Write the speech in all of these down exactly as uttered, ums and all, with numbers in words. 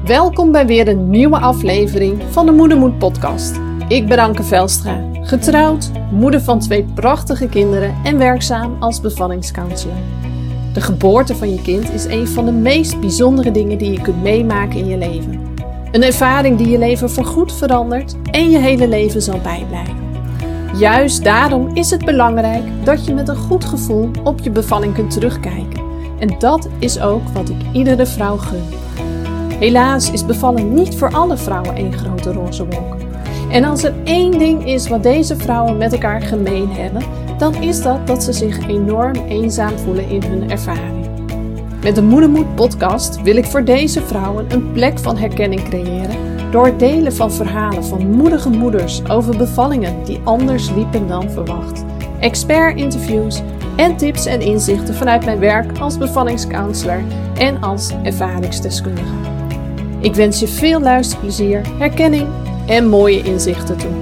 Welkom bij weer een nieuwe aflevering van de Moedermoed podcast. Ik ben Anke Velstra, getrouwd, moeder van twee prachtige kinderen en werkzaam als bevallingscounselor. De geboorte van je kind is een van de meest bijzondere dingen die je kunt meemaken in je leven. Een ervaring die je leven voorgoed verandert en je hele leven zal bijblijven. Juist daarom is het belangrijk dat je met een goed gevoel op je bevalling kunt terugkijken. En dat is ook wat ik iedere vrouw gun. Helaas is bevallen niet voor alle vrouwen één grote roze wolk. En als er één ding is wat deze vrouwen met elkaar gemeen hebben, dan is dat dat ze zich enorm eenzaam voelen in hun ervaring. Met de Moedermoed podcast wil ik voor deze vrouwen een plek van herkenning creëren door het delen van verhalen van moedige moeders over bevallingen die anders liepen dan verwacht. Expert-interviews en tips en inzichten vanuit mijn werk als bevallingscounselor en als ervaringsdeskundige. Ik wens je veel luisterplezier, herkenning en mooie inzichten toe.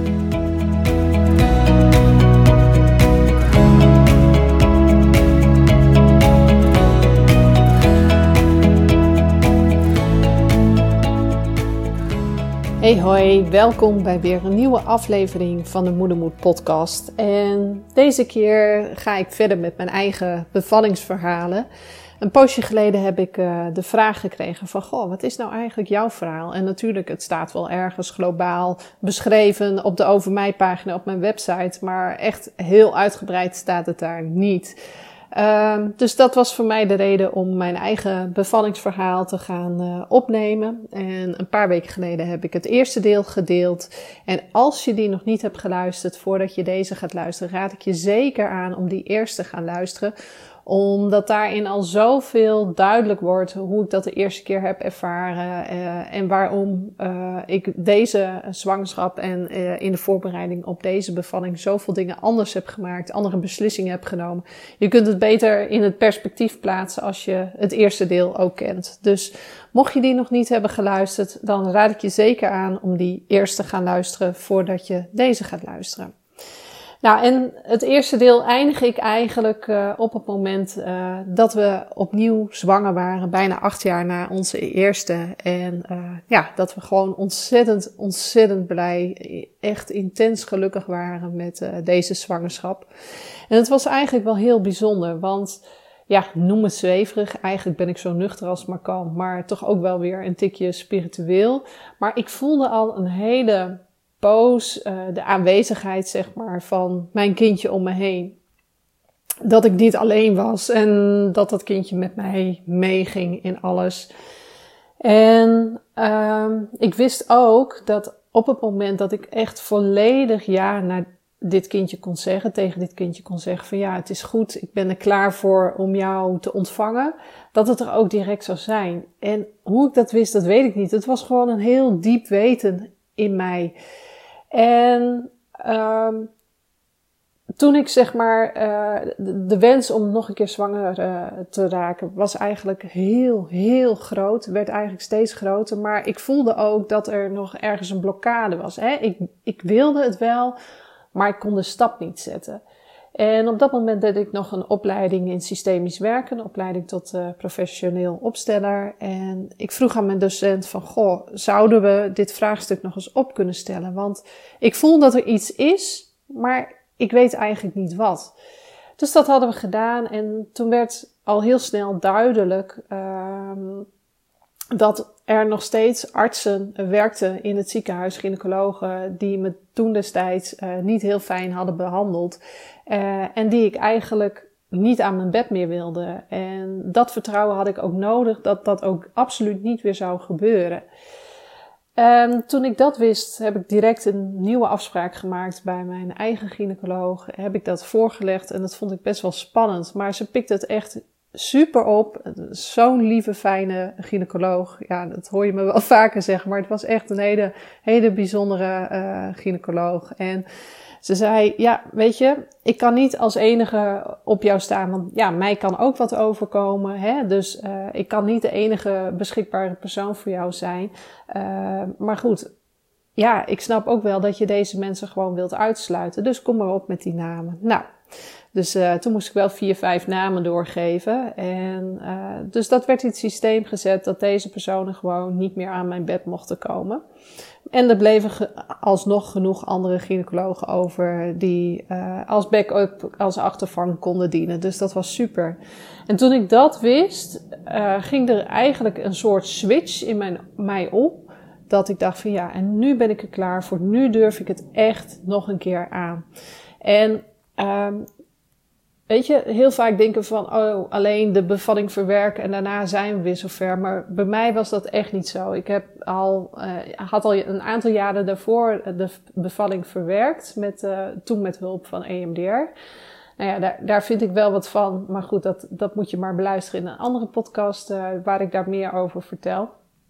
Hey hoi, welkom bij weer een nieuwe aflevering van de Moedermoed podcast. En deze keer ga ik verder met mijn eigen bevallingsverhalen. Een poosje geleden heb ik uh, de vraag gekregen van, goh, wat is nou eigenlijk jouw verhaal? En natuurlijk, het staat wel ergens globaal beschreven op de Over Mij pagina op mijn website, maar echt heel uitgebreid staat het daar niet. Uh, dus dat was voor mij de reden om mijn eigen bevallingsverhaal te gaan uh, opnemen. En een paar weken geleden heb ik het eerste deel gedeeld. En als je die nog niet hebt geluisterd voordat je deze gaat luisteren, raad ik je zeker aan om die eerst te gaan luisteren. Omdat daarin al zoveel duidelijk wordt hoe ik dat de eerste keer heb ervaren. Uh, en waarom uh, ik deze zwangerschap en uh, in de voorbereiding op deze bevalling zoveel dingen anders heb gemaakt. Andere beslissingen heb genomen. Je kunt het beter in het perspectief plaatsen als je het eerste deel ook kent. Dus mocht je die nog niet hebben geluisterd, dan raad ik je zeker aan om die eerst te gaan luisteren voordat je deze gaat luisteren. Nou, en het eerste deel eindig ik eigenlijk uh, op het moment uh, dat we opnieuw zwanger waren, bijna acht jaar na onze eerste. En uh, ja, dat we gewoon ontzettend, ontzettend blij, echt intens gelukkig waren met uh, deze zwangerschap. En het was eigenlijk wel heel bijzonder, want ja, noem het zweverig. Eigenlijk ben ik zo nuchter als het maar kan, maar toch ook wel weer een tikje spiritueel. Maar ik voelde al een hele poos uh, de aanwezigheid, zeg maar, van mijn kindje om me heen. Dat ik niet alleen was en dat dat kindje met mij meeging in alles. En uh, ik wist ook dat op het moment dat ik echt volledig ja naar dit kindje kon zeggen, tegen dit kindje kon zeggen van ja, het is goed, ik ben er klaar voor om jou te ontvangen, dat het er ook direct zou zijn. En hoe ik dat wist, dat weet ik niet. Het was gewoon een heel diep weten in mij. En um, toen ik zeg maar uh, de, de wens om nog een keer zwanger uh, te raken was eigenlijk heel, heel groot. Werd eigenlijk steeds groter. Maar ik voelde ook dat er nog ergens een blokkade was. Hè? Ik, ik wilde het wel, maar ik kon de stap niet zetten. En op dat moment deed ik nog een opleiding in systemisch werken, een opleiding tot uh, professioneel opsteller. En ik vroeg aan mijn docent van, goh, zouden we dit vraagstuk nog eens op kunnen stellen? Want ik voel dat er iets is, maar ik weet eigenlijk niet wat. Dus dat hadden we gedaan en toen werd al heel snel duidelijk uh, dat er nog steeds artsen werkten in het ziekenhuis, gynaecologen, die me toen destijds uh, niet heel fijn hadden behandeld. Uh, en die ik eigenlijk niet aan mijn bed meer wilde. En dat vertrouwen had ik ook nodig, dat dat ook absoluut niet weer zou gebeuren. En toen ik dat wist, heb ik direct een nieuwe afspraak gemaakt bij mijn eigen gynaecoloog. Heb ik dat voorgelegd en dat vond ik best wel spannend. Maar ze pikte het echt super op. Zo'n lieve, fijne gynaecoloog. Ja, dat hoor je me wel vaker zeggen, maar het was echt een hele, hele bijzondere uh, gynaecoloog. En ze zei, ja, weet je, ik kan niet als enige op jou staan, want ja, mij kan ook wat overkomen, hè? Dus uh, ik kan niet de enige beschikbare persoon voor jou zijn. Uh, maar goed, ja, ik snap ook wel dat je deze mensen gewoon wilt uitsluiten, dus kom maar op met die namen. Nou, Dus uh, toen moest ik wel vier, vijf namen doorgeven. En uh, dus dat werd in het systeem gezet dat deze personen gewoon niet meer aan mijn bed mochten komen. En er bleven ge- alsnog genoeg andere gynaecologen over die uh, als backup, als achtervang konden dienen. Dus dat was super. En toen ik dat wist, uh, ging er eigenlijk een soort switch in mijn, mij op. Dat ik dacht van ja, en nu ben ik er klaar voor. Nu durf ik het echt nog een keer aan. En um, weet je, heel vaak denken van, oh, alleen de bevalling verwerken en daarna zijn we weer zover. Maar bij mij was dat echt niet zo. Ik heb al, uh, had al een aantal jaren daarvoor de bevalling verwerkt, met, uh, toen met hulp van E M D R. Nou ja, daar, daar vind ik wel wat van. Maar goed, dat, dat moet je maar beluisteren in een andere podcast, uh, waar ik daar meer over vertel.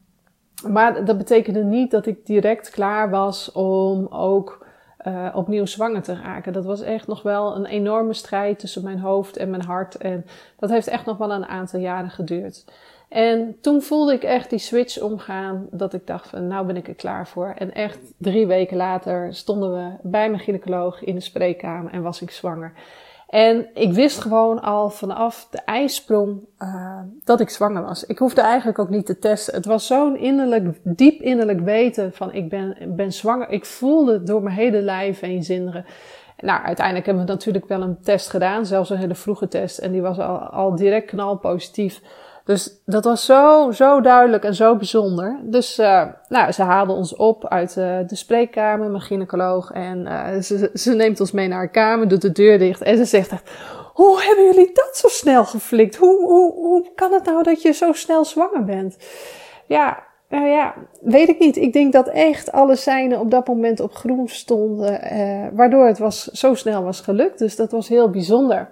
Maar dat betekende niet dat ik direct klaar was om ook Uh, opnieuw zwanger te raken. Dat was echt nog wel een enorme strijd tussen mijn hoofd en mijn hart. En dat heeft echt nog wel een aantal jaren geduurd. En toen voelde ik echt die switch omgaan. Dat ik dacht van nou ben ik er klaar voor. En echt drie weken later stonden we bij mijn gynaecoloog in de spreekkamer en was ik zwanger. En ik wist gewoon al vanaf de ijsprong uh, dat ik zwanger was. Ik hoefde eigenlijk ook niet te testen. Het was zo'n innerlijk, diep innerlijk weten van ik ben, ben zwanger. Ik voelde door mijn hele lijf heen zinderen. Nou, uiteindelijk hebben we natuurlijk wel een test gedaan. Zelfs een hele vroege test. En die was al, al direct knalpositief. Dus dat was zo, zo duidelijk en zo bijzonder. Dus uh, nou, ze haalde ons op uit uh, de spreekkamer, mijn gynaecoloog. En uh, ze, ze neemt ons mee naar haar kamer, doet de deur dicht. En ze zegt echt, hoe hebben jullie dat zo snel geflikt? Hoe, hoe, hoe kan het nou dat je zo snel zwanger bent? Ja, nou ja, weet ik niet. Ik denk dat echt alle seinen op dat moment op groen stonden. Uh, waardoor het was, zo snel was gelukt. Dus dat was heel bijzonder.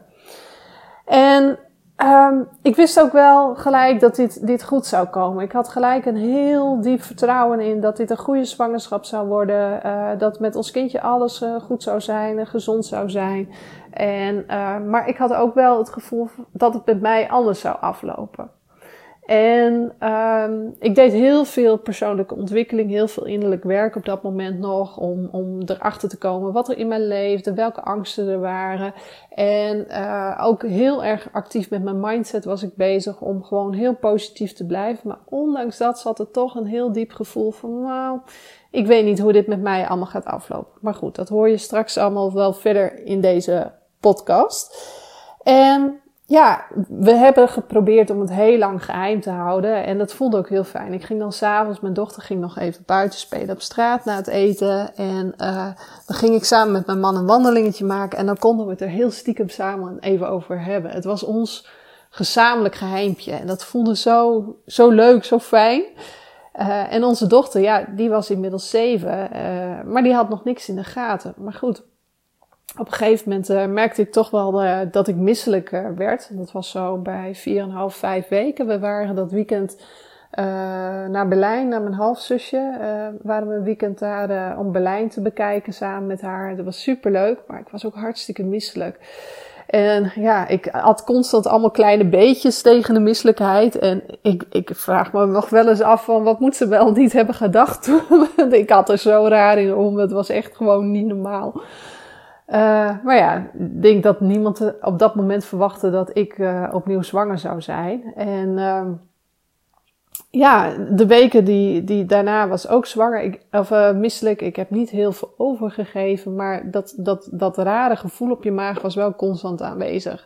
En Um, ik wist ook wel gelijk dat dit, dit goed zou komen. Ik had gelijk een heel diep vertrouwen in dat dit een goede zwangerschap zou worden. Uh, dat met ons kindje alles uh, goed zou zijn en gezond zou zijn. En, uh, maar ik had ook wel het gevoel dat het met mij anders zou aflopen. En um, ik deed heel veel persoonlijke ontwikkeling, heel veel innerlijk werk op dat moment nog, om, om erachter te komen wat er in mij leefde, welke angsten er waren. En uh, ook heel erg actief met mijn mindset was ik bezig om gewoon heel positief te blijven. Maar ondanks dat zat er toch een heel diep gevoel van, nou, ik weet niet hoe dit met mij allemaal gaat aflopen. Maar goed, dat hoor je straks allemaal wel verder in deze podcast. En ja, we hebben geprobeerd om het heel lang geheim te houden en dat voelde ook heel fijn. Ik ging dan s'avonds, mijn dochter ging nog even buiten spelen op straat na het eten. En uh, dan ging ik samen met mijn man een wandelingetje maken en dan konden we het er heel stiekem samen even over hebben. Het was ons gezamenlijk geheimpje en dat voelde zo, zo leuk, zo fijn. Uh, en onze dochter, ja, die was inmiddels zeven, uh, maar die had nog niks in de gaten. Maar goed. Op een gegeven moment uh, merkte ik toch wel uh, dat ik misselijk uh, werd. Dat was zo bij vier en een half, vijf weken. We waren dat weekend uh, naar Berlijn, naar mijn halfzusje. Uh, waren we een weekend daar uh, om Berlijn te bekijken samen met haar. Dat was superleuk, maar ik was ook hartstikke misselijk. En ja, ik had constant allemaal kleine beetjes tegen de misselijkheid. En ik, ik vraag me nog wel eens af van wat moet ze wel niet hebben gedacht. Ik had er zo raar in om. Het was echt gewoon niet normaal. Uh, maar ja, ik denk dat niemand op dat moment verwachtte dat ik uh, opnieuw zwanger zou zijn. En uh, ja, de weken die, die daarna was ook zwanger, ik, of uh, misselijk. Ik heb niet heel veel overgegeven, maar dat, dat, dat rare gevoel op je maag was wel constant aanwezig.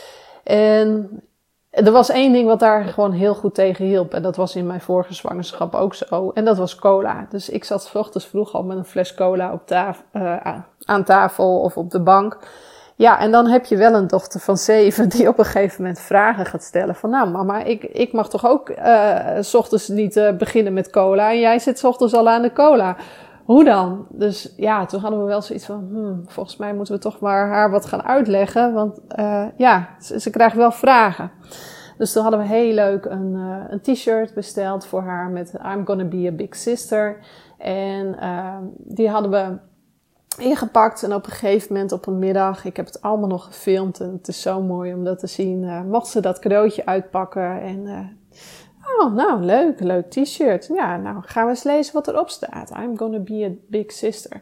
En er was één ding wat daar gewoon heel goed tegen hielp. En dat was in mijn vorige zwangerschap ook zo. En dat was cola. Dus ik zat 's ochtends vroeg al met een fles cola op tafel, uh, aan tafel of op de bank. Ja, en dan heb je wel een dochter van zeven die op een gegeven moment vragen gaat stellen. Van nou mama, ik, ik mag toch ook uh, 's ochtends niet uh, beginnen met cola. En jij zit 's ochtends al aan de cola. Hoe dan? Dus ja, toen hadden we wel zoiets van, hmm, volgens mij moeten we toch maar haar wat gaan uitleggen. Want uh, ja, ze, ze krijgt wel vragen. Dus toen hadden we heel leuk een, uh, een t-shirt besteld voor haar met I'm gonna be a big sister. En uh, die hadden we ingepakt. En op een gegeven moment op een middag, ik heb het allemaal nog gefilmd. En het is zo mooi om dat te zien. Uh, mocht ze dat cadeautje uitpakken en... Uh, Oh, nou, leuk, leuk t-shirt. Ja, nou gaan we eens lezen wat erop staat. I'm gonna be a big sister.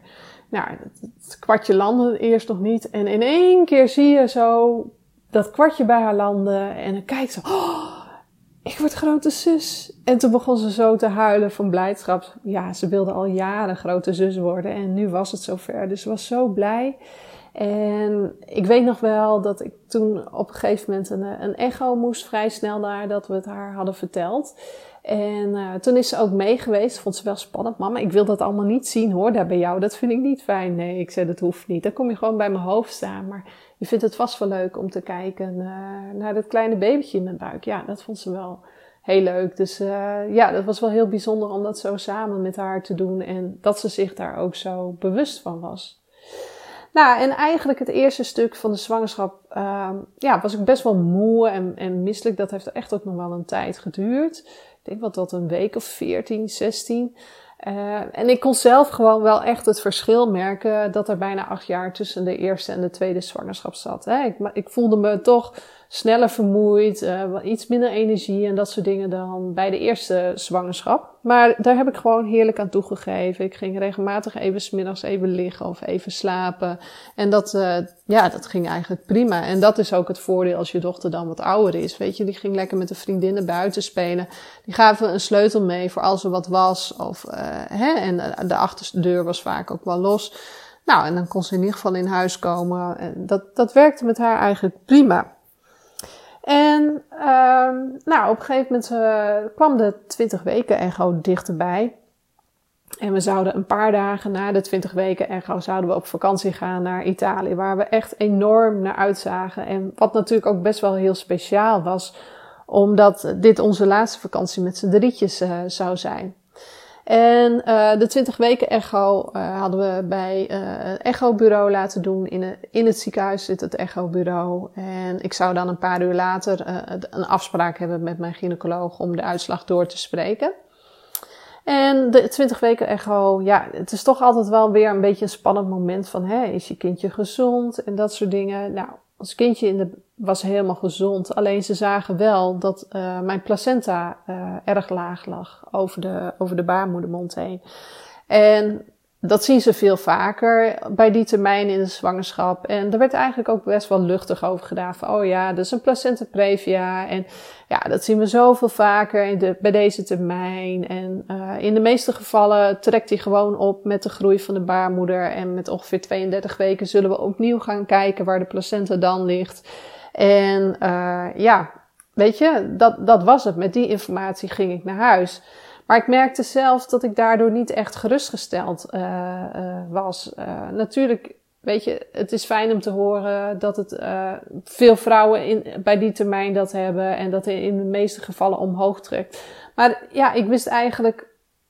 Nou, het, het kwartje landde eerst nog niet. En in één keer zie je zo dat kwartje bij haar landen. En dan kijkt ze, oh, ik word grote zus. En toen begon ze zo te huilen van blijdschap. Ja, ze wilde al jaren grote zus worden. En nu was het zover. Dus ze was zo blij. En ik weet nog wel dat ik toen op een gegeven moment een, een echo moest, vrij snel nadat we het haar hadden verteld. En uh, toen is ze ook mee geweest. Vond ze wel spannend. Mama, ik wil dat allemaal niet zien hoor, daar bij jou. Dat vind ik niet fijn. Nee, ik zei, dat hoeft niet. Dan kom je gewoon bij mijn hoofd staan. Maar je vindt het vast wel leuk om te kijken uh, naar dat kleine babytje in mijn buik. Ja, dat vond ze wel heel leuk. Dus uh, ja, dat was wel heel bijzonder om dat zo samen met haar te doen. En dat ze zich daar ook zo bewust van was. Nou, en eigenlijk het eerste stuk van de zwangerschap, uh, ja, was ik best wel moe en, en misselijk. Dat heeft echt ook nog wel een tijd geduurd. Ik denk wel tot een week of veertien, zestien. Uh, en ik kon zelf gewoon wel echt het verschil merken dat er bijna acht jaar tussen de eerste en de tweede zwangerschap zat. Hè. Ik, ik voelde me toch sneller vermoeid, uh, iets minder energie en dat soort dingen dan bij de eerste zwangerschap. Maar daar heb ik gewoon heerlijk aan toegegeven. Ik ging regelmatig even 's middags even liggen of even slapen. En dat, uh, ja, dat ging eigenlijk prima. En dat is ook het voordeel als je dochter dan wat ouder is. Weet je, die ging lekker met de vriendinnen buiten spelen. Die gaven een sleutel mee voor als er wat was. Of, uh, hè, en de achterste deur was vaak ook wel los. Nou, en dan kon ze in ieder geval in huis komen. En dat, dat werkte met haar eigenlijk prima. En um, nou, op een gegeven moment uh, kwam de twintig weken echo dichterbij. En we zouden een paar dagen na de twintig weken echo zouden we op vakantie gaan naar Italië. Waar we echt enorm naar uitzagen. En wat natuurlijk ook best wel heel speciaal was. Omdat dit onze laatste vakantie met z'n drietjes uh, zou zijn. En uh, de twintig weken echo uh, hadden we bij uh, een echobureau laten doen. In, een, in het ziekenhuis zit het echobureau. En ik zou dan een paar uur later uh, een afspraak hebben met mijn gynaecoloog om de uitslag door te spreken. En de twintig weken echo, ja, het is toch altijd wel weer een beetje een spannend moment van, hè, is je kindje gezond en dat soort dingen. Nou, ons kindje in de, was helemaal gezond, alleen ze zagen wel dat uh, mijn placenta uh, erg laag lag over de, over de baarmoedermond heen. En dat zien ze veel vaker bij die termijn in de zwangerschap. En er werd eigenlijk ook best wel luchtig over gedaan. Van, oh ja, dat is een placenta previa. En ja, dat zien we zoveel vaker in de, bij deze termijn. En uh, in de meeste gevallen trekt hij gewoon op met de groei van de baarmoeder. En met ongeveer tweeëndertig weken zullen we opnieuw gaan kijken waar de placenta dan ligt. En uh, ja, weet je, dat, dat was het. Met die informatie ging ik naar huis. Maar ik merkte zelf dat ik daardoor niet echt gerustgesteld uh, uh, was. Uh, natuurlijk, weet je, het is fijn om te horen dat het uh, veel vrouwen in, bij die termijn dat hebben. En dat in de meeste gevallen omhoog trekt. Maar ja, ik wist eigenlijk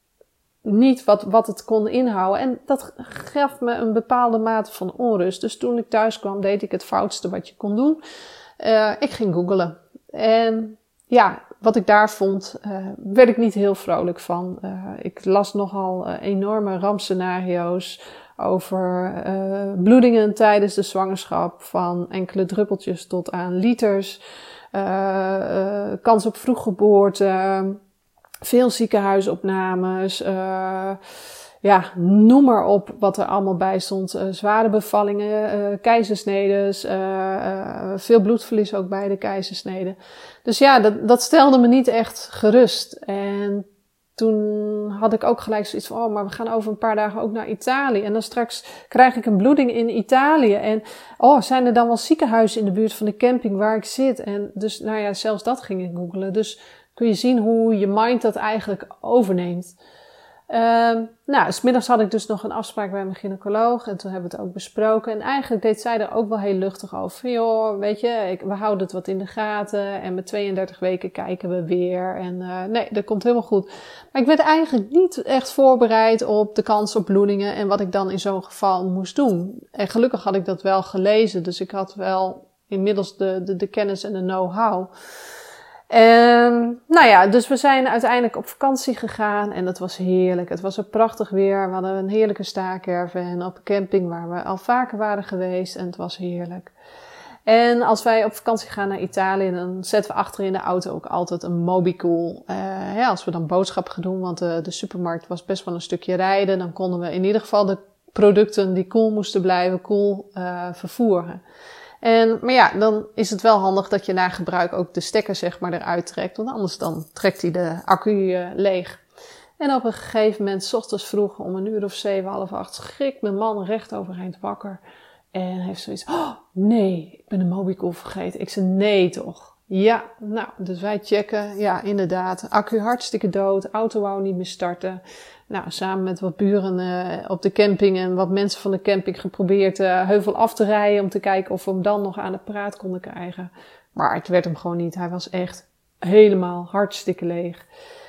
niet wat, wat het kon inhouden. En dat gaf me een bepaalde mate van onrust. Dus toen ik thuis kwam, deed ik het foutste wat je kon doen. Uh, ik ging googlen. En ja, wat ik daar vond, uh, werd ik niet heel vrolijk van. Uh, ik las nogal uh, enorme rampscenario's over uh, bloedingen tijdens de zwangerschap. Van enkele druppeltjes tot aan liters. Uh, uh, kans op vroeggeboorte. Veel ziekenhuisopnames. Uh, ja, noem maar op wat er allemaal bij stond. Uh, zware bevallingen, uh, keizersnedes, uh, uh, veel bloedverlies ook bij de keizersneden. Dus ja, dat, dat stelde me niet echt gerust. En toen had ik ook gelijk zoiets van, oh, maar we gaan over een paar dagen ook naar Italië. En dan straks krijg ik een bloeding in Italië. En oh, zijn er dan wel ziekenhuizen in de buurt van de camping waar ik zit? En dus, nou ja, zelfs dat ging ik googlen. Dus kun je zien hoe je mind dat eigenlijk overneemt. Uh, nou, 's middags had ik dus nog een afspraak bij mijn gynaecoloog en toen hebben we het ook besproken. En eigenlijk deed zij er ook wel heel luchtig over. Van, joh, weet je, ik, we houden het wat in de gaten en met tweeëndertig weken kijken we weer. En uh, nee, dat komt helemaal goed. Maar ik werd eigenlijk niet echt voorbereid op de kans op bloedingen en wat ik dan in zo'n geval moest doen. En gelukkig had ik dat wel gelezen, dus ik had wel inmiddels de, de, de kennis en de know-how. En nou ja, dus we zijn uiteindelijk op vakantie gegaan en dat was heerlijk. Het was er prachtig weer. We hadden een heerlijke staakerven op een camping waar we al vaker waren geweest en het was heerlijk. En als wij op vakantie gaan naar Italië, dan zetten we achter in de auto ook altijd een Mobicool. Uh, ja, als we dan boodschappen gaan doen, want de, de supermarkt was best wel een stukje rijden, dan konden we in ieder geval de producten die koel moesten blijven, koel uh, vervoeren. En, maar ja, dan is het wel handig dat je na gebruik ook de stekker zeg maar eruit trekt. Want anders dan trekt hij de accu uh, leeg. En op een gegeven moment, 's ochtends vroeg om een uur of zeven, half acht, schrikt mijn man recht overeind wakker. En heeft zoiets, oh nee, ik ben de Mobicool vergeten. Ik zei, nee toch? Ja, nou, dus wij checken. Ja, inderdaad, accu hartstikke dood, auto wou niet meer starten. Nou, samen met wat buren uh, op de camping en wat mensen van de camping geprobeerd uh, heuvel af te rijden om te kijken of we hem dan nog aan de praat konden krijgen. Maar het werd hem gewoon niet. Hij was echt helemaal hartstikke leeg.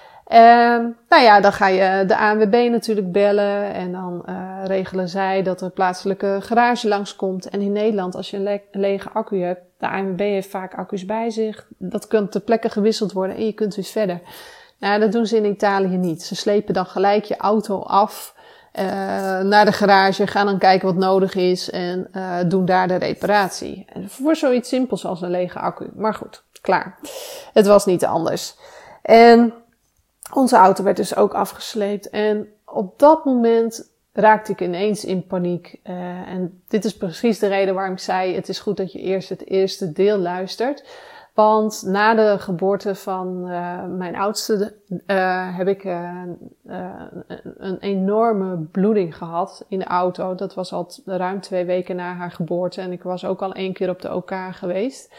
En nou ja, dan ga je de A N W B natuurlijk bellen en dan uh, regelen zij dat er plaatselijke garage langskomt. En in Nederland, als je een, le- een lege accu hebt, de A N W B heeft vaak accu's bij zich. Dat kan ter plekke gewisseld worden en je kunt weer verder. Nou, dat doen ze in Italië niet. Ze slepen dan gelijk je auto af uh, naar de garage, gaan dan kijken wat nodig is en uh, doen daar de reparatie. En voor zoiets simpels als een lege accu. Maar goed, klaar. Het was niet anders. En onze auto werd dus ook afgesleept. En op dat moment raakte ik ineens in paniek. Uh, en dit is precies de reden waarom ik zei, het is goed dat je eerst het eerste deel luistert. Want na de geboorte van uh, mijn oudste uh, heb ik uh, uh, een enorme bloeding gehad in de auto. Dat was al t- ruim twee weken na haar geboorte. En ik was ook al één keer op de OK geweest.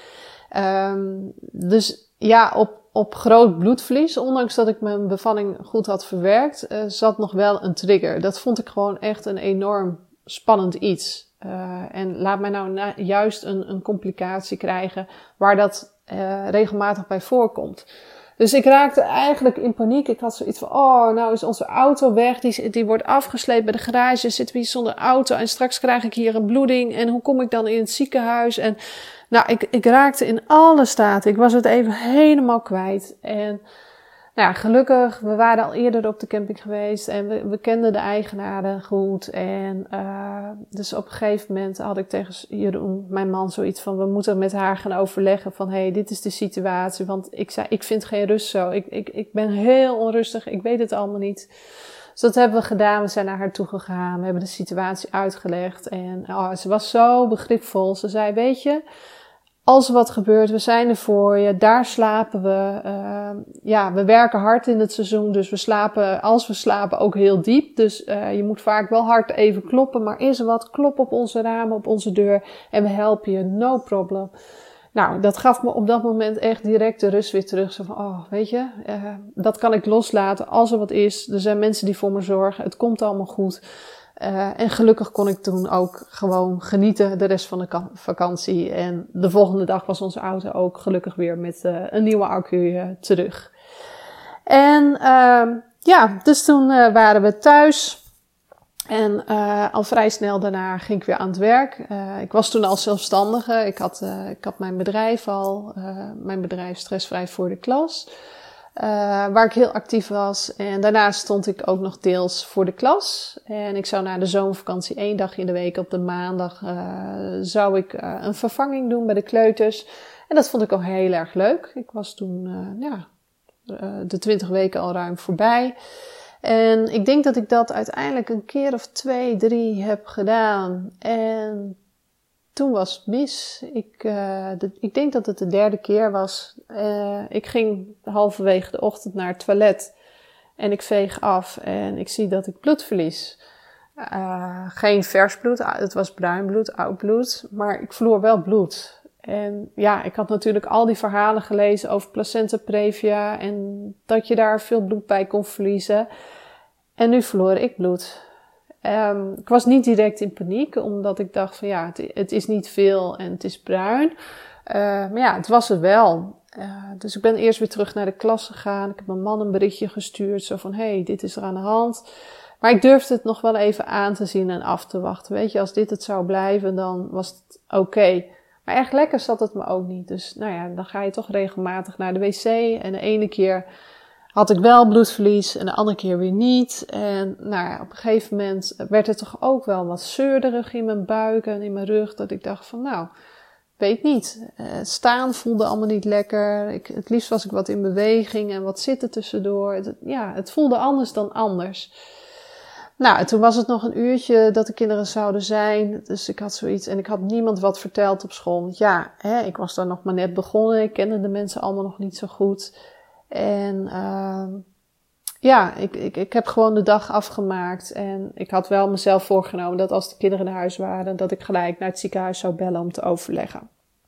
Um, dus ja, op, op groot bloedverlies, ondanks dat ik mijn bevalling goed had verwerkt, uh, zat nog wel een trigger. Dat vond ik gewoon echt een enorm spannend iets. Uh, en laat mij nou na, juist een, een complicatie krijgen waar dat uh, regelmatig bij voorkomt. Dus ik raakte eigenlijk in paniek. Ik had zoiets van, oh, nou is onze auto weg. Die, die wordt afgesleept bij de garage. Zitten we hier zonder auto en straks krijg ik hier een bloeding. En hoe kom ik dan in het ziekenhuis? En nou, ik, ik raakte in alle staten. Ik was het even helemaal kwijt. En nou ja, gelukkig, we waren al eerder op de camping geweest en we, we kenden de eigenaren goed. En uh, dus op een gegeven moment had ik tegen Jeroen, mijn man, zoiets van, we moeten met haar gaan overleggen van, hé, hey, dit is de situatie. Want ik zei, ik vind geen rust zo. Ik, ik, ik ben heel onrustig, ik weet het allemaal niet. Dus dat hebben we gedaan. We zijn naar haar toe gegaan. We hebben de situatie uitgelegd. En oh, ze was zo begripvol. Ze zei, weet je, als er wat gebeurt, we zijn er voor je. Daar slapen we. Uh, ja, we werken hard in het seizoen. Dus we slapen, als we slapen, ook heel diep. Dus uh, je moet vaak wel hard even kloppen. Maar is er wat, klop op onze ramen, op onze deur. En we helpen je, no problem. Nou, dat gaf me op dat moment echt direct de rust weer terug. Zo van, oh, weet je, uh, dat kan ik loslaten als er wat is. Er zijn mensen die voor me zorgen. Het komt allemaal goed. Uh, en gelukkig kon ik toen ook gewoon genieten de rest van de ka- vakantie. En de volgende dag was onze auto ook gelukkig weer met uh, een nieuwe accu uh, terug. En uh, ja, dus toen uh, waren we thuis. En uh, al vrij snel daarna ging ik weer aan het werk. Uh, ik was toen al zelfstandige. Ik had, uh, ik had mijn bedrijf al, uh, mijn bedrijf Stressvrij voor de Klas. Uh, waar ik heel actief was. En daarnaast stond ik ook nog deels voor de klas. En ik zou na de zomervakantie één dag in de week op de maandag uh, zou ik uh, een vervanging doen bij de kleuters. En dat vond ik ook heel erg leuk. Ik was toen uh, ja, uh, de twintig weken al ruim voorbij. En ik denk dat ik dat uiteindelijk een keer of twee, drie heb gedaan. En toen was het mis. Ik, uh, de, ik denk dat het de derde keer was. Uh, ik ging halverwege de ochtend naar het toilet. En ik veeg af en ik zie dat ik bloed verlies. Uh, geen vers bloed, het was bruin bloed, oud bloed. Maar ik verloor wel bloed. En ja, ik had natuurlijk al die verhalen gelezen over placenta previa. En dat je daar veel bloed bij kon verliezen. En nu verloor ik bloed. Um, ik was niet direct in paniek, omdat ik dacht van ja, het, het is niet veel en het is bruin. Uh, maar ja, het was er wel. Uh, dus ik ben eerst weer terug naar de klas gegaan. Ik heb mijn man een berichtje gestuurd, zo van hé, hey, dit is er aan de hand. Maar ik durfde het nog wel even aan te zien en af te wachten. Weet je, als dit het zou blijven, dan was het oké. Okay. Maar echt lekker zat het me ook niet. Dus nou ja, dan ga je toch regelmatig naar de wc. En de ene keer had ik wel bloedverlies en de andere keer weer niet. En nou ja, op een gegeven moment werd het toch ook wel wat zeurderig in mijn buik en in mijn rug. Dat ik dacht van nou, weet niet. Uh, staan voelde allemaal niet lekker. Ik, het liefst was ik wat in beweging en wat zitten tussendoor. Het, ja, het voelde anders dan anders. Nou, toen was het nog een uurtje dat de kinderen zouden zijn. Dus ik had zoiets en ik had niemand wat verteld op school. Want ja, hè, ik was daar nog maar net begonnen. Ik kende de mensen allemaal nog niet zo goed. En uh, ja, ik, ik, ik heb gewoon de dag afgemaakt. En ik had wel mezelf voorgenomen dat als de kinderen naar huis waren, dat ik gelijk naar het ziekenhuis zou bellen om te overleggen.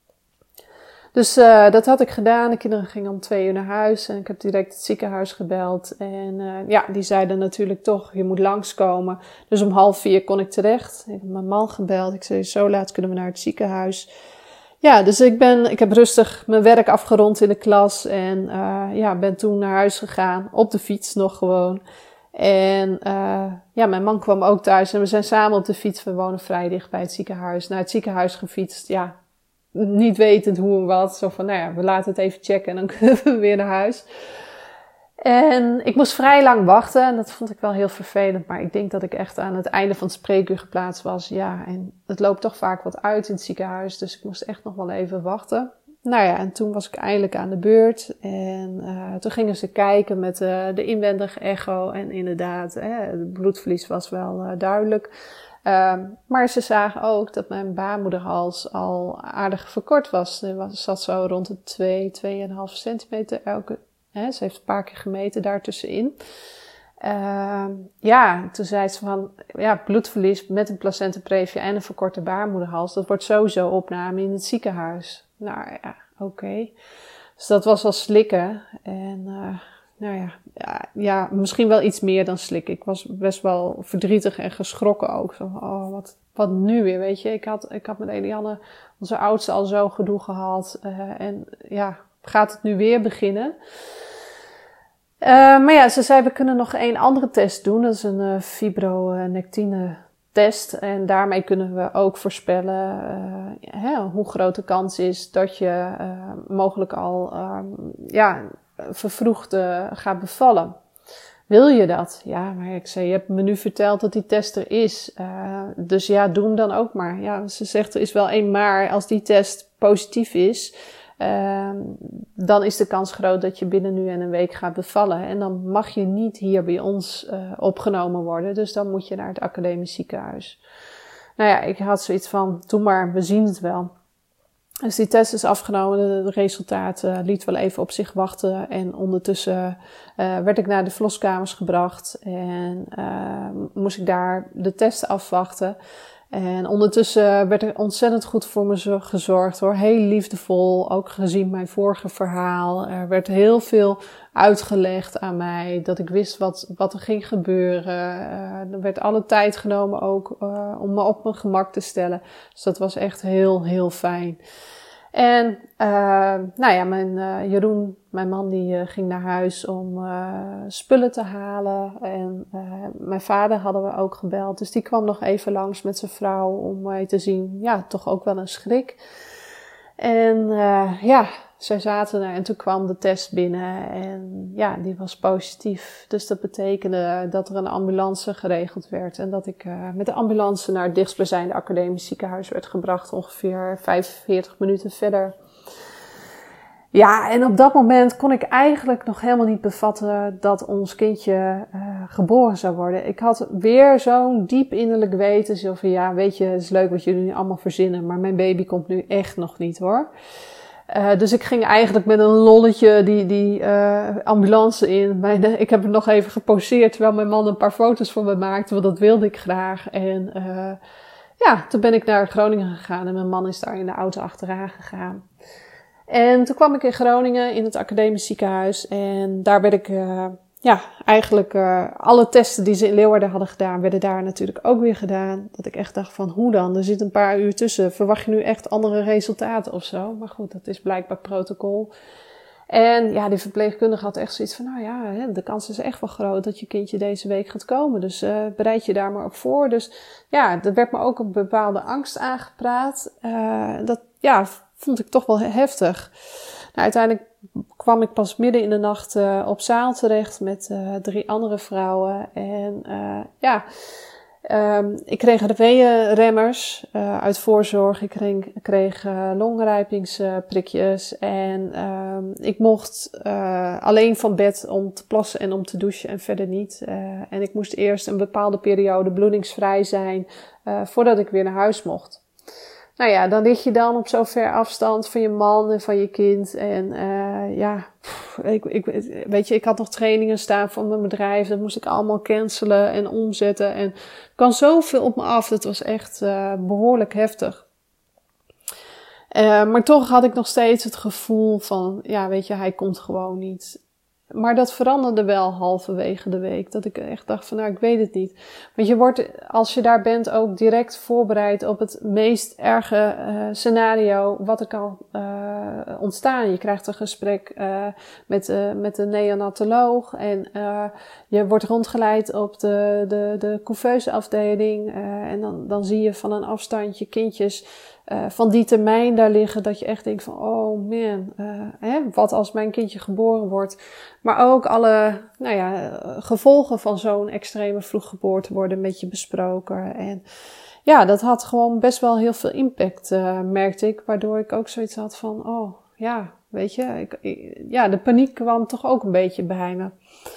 Dus uh, dat had ik gedaan. De kinderen gingen om twee uur naar huis. En ik heb direct het ziekenhuis gebeld. En uh, ja, die zeiden natuurlijk toch, je moet langskomen. Dus om half vier kon ik terecht. Ik heb mijn man gebeld. Ik zei, zo laat kunnen we naar het ziekenhuis. Ja, dus ik ben, ik heb rustig mijn werk afgerond in de klas. En uh, ja, ben toen naar huis gegaan. Op de fiets nog gewoon. En uh, ja, mijn man kwam ook thuis. En we zijn samen op de fiets. We wonen vrij dicht bij het ziekenhuis. Naar het ziekenhuis gefietst, ja. Niet wetend hoe en wat. Zo van, nou ja, we laten het even checken en dan kunnen we weer naar huis. En ik moest vrij lang wachten. En dat vond ik wel heel vervelend. Maar ik denk dat ik echt aan het einde van het spreekuur geplaatst was. Ja, en het loopt toch vaak wat uit in het ziekenhuis. Dus ik moest echt nog wel even wachten. Nou ja, en toen was ik eindelijk aan de beurt. En uh, toen gingen ze kijken met uh, de inwendige echo. En inderdaad, hè, het bloedverlies was wel uh, duidelijk. Uh, maar ze zagen ook dat mijn baarmoederhals al aardig verkort was. Er was, zat zo rond de twee, twee komma vijf centimeter elke. Hè, ze heeft een paar keer gemeten daartussenin. Uh, ja, toen zei ze van, ja, bloedverlies met een placenta previa en een verkorte baarmoederhals. Dat wordt sowieso opname in het ziekenhuis. Nou ja, oké. Okay. Dus dat was al slikken. En uh, nou ja, ja, ja, misschien wel iets meer dan slikken. Ik was best wel verdrietig en geschrokken ook. Zo, oh, wat, wat nu weer, weet je. Ik had, ik had met Eliane, onze oudste, al zo gedoe gehad. Uh, en ja, gaat het nu weer beginnen? Uh, maar ja, ze zei, we kunnen nog één andere test doen. Dat is een uh, fibronectine test. En daarmee kunnen we ook voorspellen uh, hè, hoe groot de kans is dat je uh, mogelijk al uh, ja, vervroegd uh, gaat bevallen. Wil je dat? Ja, maar ik zei, je hebt me nu verteld dat die test er is. Uh, dus ja, doe hem dan ook maar. Ja, ze zegt, er is wel één maar. Als die test positief is, uh, dan is de kans groot dat je binnen nu en een week gaat bevallen. En dan mag je niet hier bij ons uh, opgenomen worden. Dus dan moet je naar het academisch ziekenhuis. Nou ja, ik had zoiets van, doe maar, we zien het wel. Dus die test is afgenomen, de, de resultaat uh, liet wel even op zich wachten. En ondertussen uh, werd ik naar de verloskamers gebracht en uh, moest ik daar de testen afwachten. En ondertussen werd er ontzettend goed voor me gezorgd hoor. Heel liefdevol, ook gezien mijn vorige verhaal. Er werd heel veel uitgelegd aan mij, dat ik wist wat, wat er ging gebeuren. Uh, er werd alle tijd genomen ook uh, om me op mijn gemak te stellen. Dus dat was echt heel, heel fijn. En uh, nou ja, mijn uh, Jeroen, mijn man, die uh, ging naar huis om uh, spullen te halen. En uh, mijn vader hadden we ook gebeld. Dus die kwam nog even langs met zijn vrouw om mij te zien. Ja, toch ook wel een schrik. En uh, ja, zij zaten er en toen kwam de test binnen. En ja, die was positief. Dus dat betekende dat er een ambulance geregeld werd. En dat ik uh, met de ambulance naar het dichtstbijzijnde academisch ziekenhuis werd gebracht. Ongeveer vijfenveertig minuten verder. Ja, en op dat moment kon ik eigenlijk nog helemaal niet bevatten dat ons kindje uh, geboren zou worden. Ik had weer zo'n diep innerlijk weten. Zo van, ja, weet je, het is leuk wat jullie nu allemaal verzinnen. Maar mijn baby komt nu echt nog niet hoor. Uh, dus ik ging eigenlijk met een lolletje die, die uh, ambulance in. Mijn, ik heb het nog even geposeerd terwijl mijn man een paar foto's voor me maakte. Want dat wilde ik graag. En uh, ja, toen ben ik naar Groningen gegaan. En mijn man is daar in de auto achteraan gegaan. En toen kwam ik in Groningen in het academisch ziekenhuis. En daar werd ik, uh, ja, eigenlijk uh, alle testen die ze in Leeuwarden hadden gedaan, werden daar natuurlijk ook weer gedaan. Dat ik echt dacht van, hoe dan? Er zit een paar uur tussen. Verwacht je nu echt andere resultaten of zo? Maar goed, dat is blijkbaar protocol. En ja, die verpleegkundige had echt zoiets van, nou ja, hè, de kans is echt wel groot dat je kindje deze week gaat komen. Dus uh, bereid je daar maar op voor. Dus ja, er werd me ook een bepaalde angst aangepraat. Uh, dat, ja, vond ik toch wel heftig. Nou, uiteindelijk kwam ik pas midden in de nacht uh, op zaal terecht met uh, drie andere vrouwen. En uh, ja, Um, ik kreeg R W-remmers uh, uit voorzorg. Ik kreeg, kreeg uh, longrijpingsprikjes. En um, ik mocht uh, alleen van bed om te plassen en om te douchen en verder niet. Uh, en ik moest eerst een bepaalde periode bloedingsvrij zijn uh, voordat ik weer naar huis mocht. Nou ja, dan lig je dan op zo ver afstand van je man en van je kind. En uh, ja, pff, ik, ik, weet je, ik had nog trainingen staan van mijn bedrijf. Dat moest ik allemaal cancelen en omzetten. En er kwam zoveel op me af. Het was echt uh, behoorlijk heftig. Uh, maar toch had ik nog steeds het gevoel van, ja, weet je, hij komt gewoon niet. Maar dat veranderde wel halverwege de week. Dat ik echt dacht van, nou, ik weet het niet. Want je wordt, als je daar bent, ook direct voorbereid op het meest erge uh, scenario wat er kan uh, ontstaan. Je krijgt een gesprek uh, met, uh, met de neonatoloog. En uh, je wordt rondgeleid op de, de, de couveuseafdeling. Uh, en dan, dan zie je van een afstandje kindjes Uh, van die termijn daar liggen, dat je echt denkt van, oh man, uh, hè, wat als mijn kindje geboren wordt. Maar ook alle, nou ja, gevolgen van zo'n extreme vroeggeboorte worden met je besproken. En ja, dat had gewoon best wel heel veel impact, uh, merkte ik. Waardoor ik ook zoiets had van, oh ja, weet je, ik, ik, ja, de paniek kwam toch ook een beetje bij me.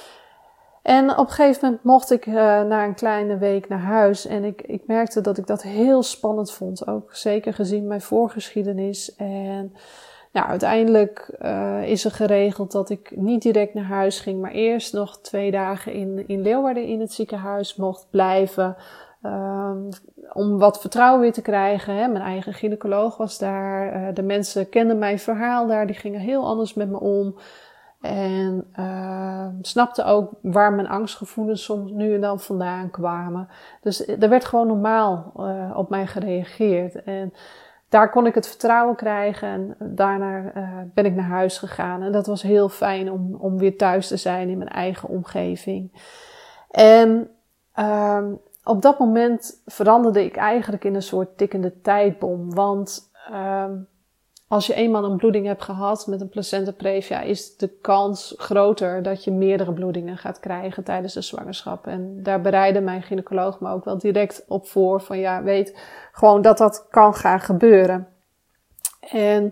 En op een gegeven moment mocht ik uh, na een kleine week naar huis. En ik, ik merkte dat ik dat heel spannend vond. Ook zeker gezien mijn voorgeschiedenis. En nou, uiteindelijk uh, is er geregeld dat ik niet direct naar huis ging. Maar eerst nog twee dagen in, in Leeuwarden in het ziekenhuis mocht blijven. Um, om wat vertrouwen weer te krijgen. Hè. Mijn eigen gynaecoloog was daar. Uh, de mensen kenden mijn verhaal daar. Die gingen heel anders met me om. En uh, snapte ook waar mijn angstgevoelens soms nu en dan vandaan kwamen. Dus er werd gewoon normaal uh, op mij gereageerd. En daar kon ik het vertrouwen krijgen. En daarna uh, ben ik naar huis gegaan. En dat was heel fijn om, om weer thuis te zijn in mijn eigen omgeving. En uh, op dat moment veranderde ik eigenlijk in een soort tikkende tijdbom. Want Uh, als je eenmaal een bloeding hebt gehad met een placenta previa, is de kans groter dat je meerdere bloedingen gaat krijgen tijdens de zwangerschap. En daar bereidde mijn gynaecoloog me ook wel direct op voor. Van ja, weet gewoon dat dat kan gaan gebeuren. En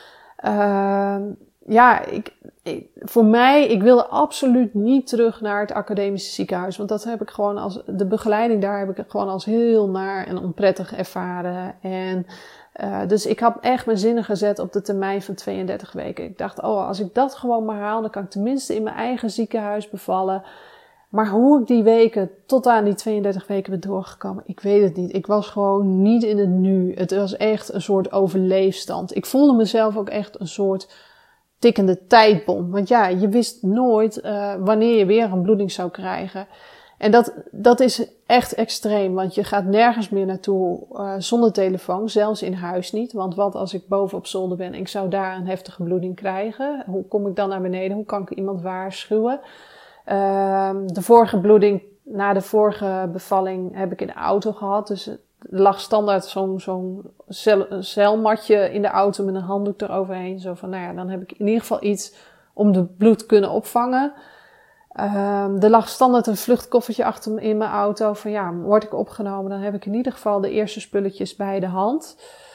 uh, ja, ik, ik, voor mij, ik wilde absoluut niet terug naar het academische ziekenhuis. Want dat heb ik gewoon als, de begeleiding daar heb ik gewoon als heel naar en onprettig ervaren. En Uh, dus ik had echt mijn zinnen gezet op de termijn van tweeëndertig weken. Ik dacht, oh, als ik dat gewoon maar haal, dan kan ik tenminste in mijn eigen ziekenhuis bevallen. Maar hoe ik die weken tot aan die tweeëndertig weken ben doorgekomen, ik weet het niet. Ik was gewoon niet in het nu. Het was echt een soort overleefstand. Ik voelde mezelf ook echt een soort tikkende tijdbom. Want ja, je wist nooit uh, wanneer je weer een bloeding zou krijgen. En dat, dat is echt extreem, want je gaat nergens meer naartoe uh, zonder telefoon, zelfs in huis niet. Want wat als ik boven op zolder ben en ik zou daar een heftige bloeding krijgen? Hoe kom ik dan naar beneden? Hoe kan ik iemand waarschuwen? Uh, de vorige bloeding, na de vorige bevalling, heb ik in de auto gehad. Dus er lag standaard zo'n, zo'n cel, celmatje in de auto met een handdoek eroverheen. Zo van, nou ja, dan heb ik in ieder geval iets om de bloed kunnen opvangen. Um, er lag standaard een vluchtkoffertje achter me in mijn auto. Van ja, word ik opgenomen, dan heb ik in ieder geval de eerste spulletjes bij de hand.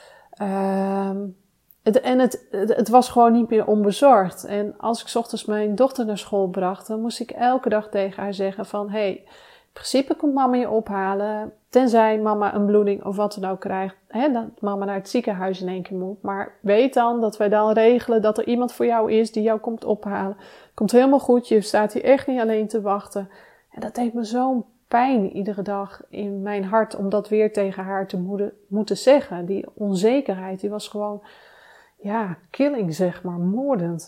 Um, het, en het, het, het was gewoon niet meer onbezorgd. En als ik 's ochtends mijn dochter naar school bracht, dan moest ik elke dag tegen haar zeggen van, hey, in principe komt mama je ophalen. Tenzij mama een bloeding of wat dan ook krijgt. Hè, dat mama naar het ziekenhuis in één keer moet. Maar weet dan dat wij dan regelen dat er iemand voor jou is die jou komt ophalen. Komt helemaal goed, je staat hier echt niet alleen te wachten. En dat deed me zo'n pijn iedere dag in mijn hart om dat weer tegen haar te moeten, moeten zeggen. Die onzekerheid, die was gewoon, ja, killing zeg maar, moordend.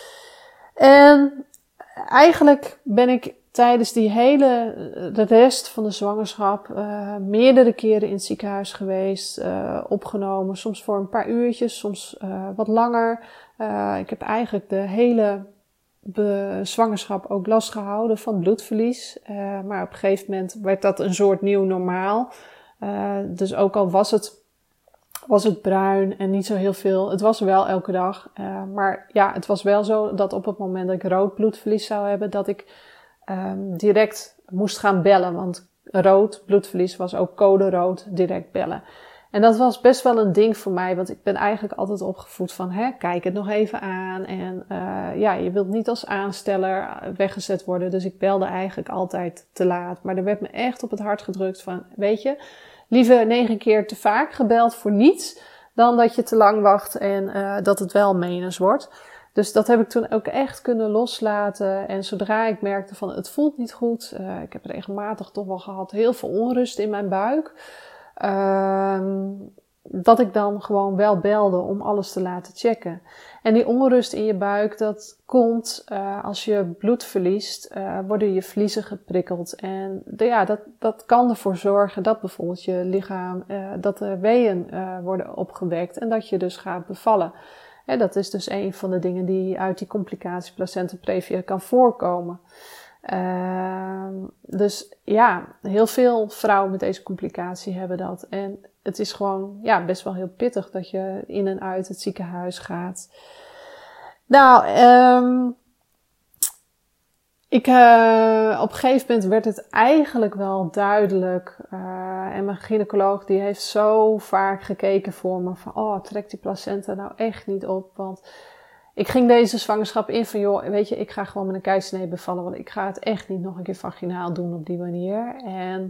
En eigenlijk ben ik tijdens die hele, de rest van de zwangerschap, uh, meerdere keren in het ziekenhuis geweest, uh, opgenomen. Soms voor een paar uurtjes, soms uh, wat langer. Uh, ik heb eigenlijk de hele be- zwangerschap ook last gehouden van bloedverlies. Uh, maar op een gegeven moment werd dat een soort nieuw normaal. Uh, dus ook al was het, was het bruin en niet zo heel veel. Het was wel elke dag. Uh, maar ja, het was wel zo dat op het moment dat ik rood bloedverlies zou hebben, dat ik Um, direct moest gaan bellen, want rood, bloedverlies was ook code rood, direct bellen. En dat was best wel een ding voor mij, want ik ben eigenlijk altijd opgevoed van, hè, kijk het nog even aan. En uh, ja, je wilt niet als aansteller weggezet worden, dus ik belde eigenlijk altijd te laat. Maar er werd me echt op het hart gedrukt van, weet je, liever negen keer te vaak gebeld voor niets, dan dat je te lang wacht en uh, dat het wel menens wordt. Dus dat heb ik toen ook echt kunnen loslaten. En zodra ik merkte van, het voelt niet goed, uh, ik heb regelmatig toch wel gehad heel veel onrust in mijn buik. Uh, dat ik dan gewoon wel belde om alles te laten checken. En die onrust in je buik, dat komt uh, als je bloed verliest, uh, worden je vliezen geprikkeld. En de, ja, dat, dat kan ervoor zorgen dat bijvoorbeeld je lichaam, uh, dat de weeën uh, worden opgewekt en dat je dus gaat bevallen. En dat is dus een van de dingen die uit die complicatie placenta previa kan voorkomen. Uh, dus ja, heel veel vrouwen met deze complicatie hebben dat. En het is gewoon ja, best wel heel pittig dat je in en uit het ziekenhuis gaat. Nou, um, ik, uh, op een gegeven moment werd het eigenlijk wel duidelijk. Uh, en mijn gynaecoloog die heeft zo vaak gekeken voor me van, oh, trek die placenta nou echt niet op, want ik ging deze zwangerschap in van, joh, weet je, ik ga gewoon met een keizersnede bevallen, want ik ga het echt niet nog een keer vaginaal doen op die manier. En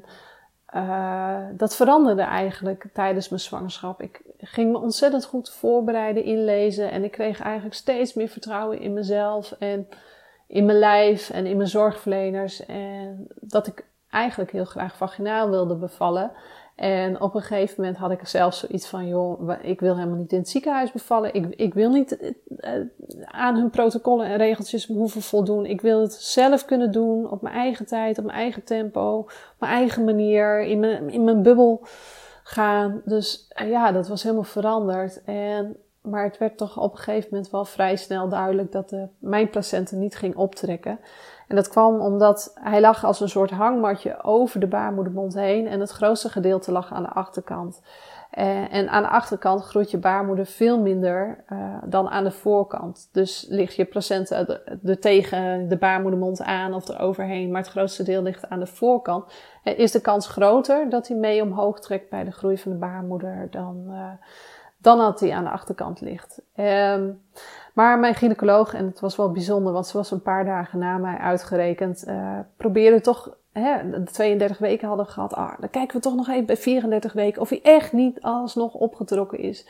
uh, dat veranderde eigenlijk tijdens mijn zwangerschap. Ik ging me ontzettend goed voorbereiden, inlezen en ik kreeg eigenlijk steeds meer vertrouwen in mezelf en in mijn lijf en in mijn zorgverleners. En dat ik eigenlijk heel graag vaginaal wilde bevallen. En op een gegeven moment had ik zelf zoiets van, joh, ik wil helemaal niet in het ziekenhuis bevallen. Ik, ik wil niet uh, aan hun protocollen en regeltjes hoeven voldoen. Ik wil het zelf kunnen doen, op mijn eigen tijd, op mijn eigen tempo, op mijn eigen manier, in mijn, in mijn bubbel gaan. Dus uh, ja, dat was helemaal veranderd. En, maar het werd toch op een gegeven moment wel vrij snel duidelijk dat de, mijn placenta niet ging optrekken. En dat kwam omdat hij lag als een soort hangmatje over de baarmoedermond heen. En het grootste gedeelte lag aan de achterkant. Uh, en aan de achterkant groeit je baarmoeder veel minder uh, dan aan de voorkant. Dus ligt je placenta er tegen de baarmoedermond aan of eroverheen. Maar het grootste deel ligt aan de voorkant. Uh, is de kans groter dat hij mee omhoog trekt bij de groei van de baarmoeder dan, uh, dan dat hij aan de achterkant ligt. Um, Maar mijn gynaecoloog, en het was wel bijzonder, want ze was een paar dagen na mij uitgerekend, uh, probeerde toch, hè, de tweeëndertig weken hadden we gehad, ah, dan kijken we toch nog even bij vierendertig weken of hij echt niet alsnog opgetrokken is.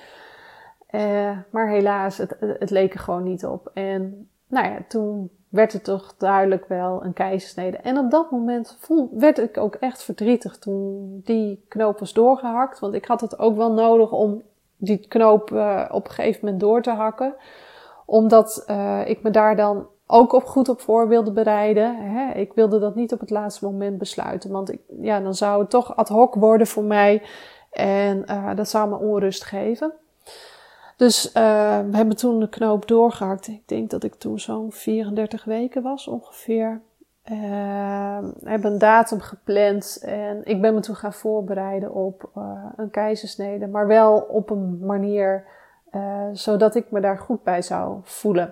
Uh, maar helaas, het, het leek er gewoon niet op. En nou ja, toen werd het toch duidelijk wel een keizersnede. En op dat moment voel, werd ik ook echt verdrietig toen die knoop was doorgehakt. Want ik had het ook wel nodig om die knoop uh, op een gegeven moment door te hakken. Omdat uh, ik me daar dan ook op goed op voor wilde bereiden. Hè? Ik wilde dat niet op het laatste moment besluiten. Want ik, ja, dan zou het toch ad hoc worden voor mij. En uh, dat zou me onrust geven. Dus uh, we hebben toen de knoop doorgehakt. Ik denk dat ik toen zo'n vierendertig weken was ongeveer. Uh, we hebben een datum gepland. En ik ben me toen gaan voorbereiden op uh, een keizersnede. Maar wel op een manier Uh, zodat ik me daar goed bij zou voelen.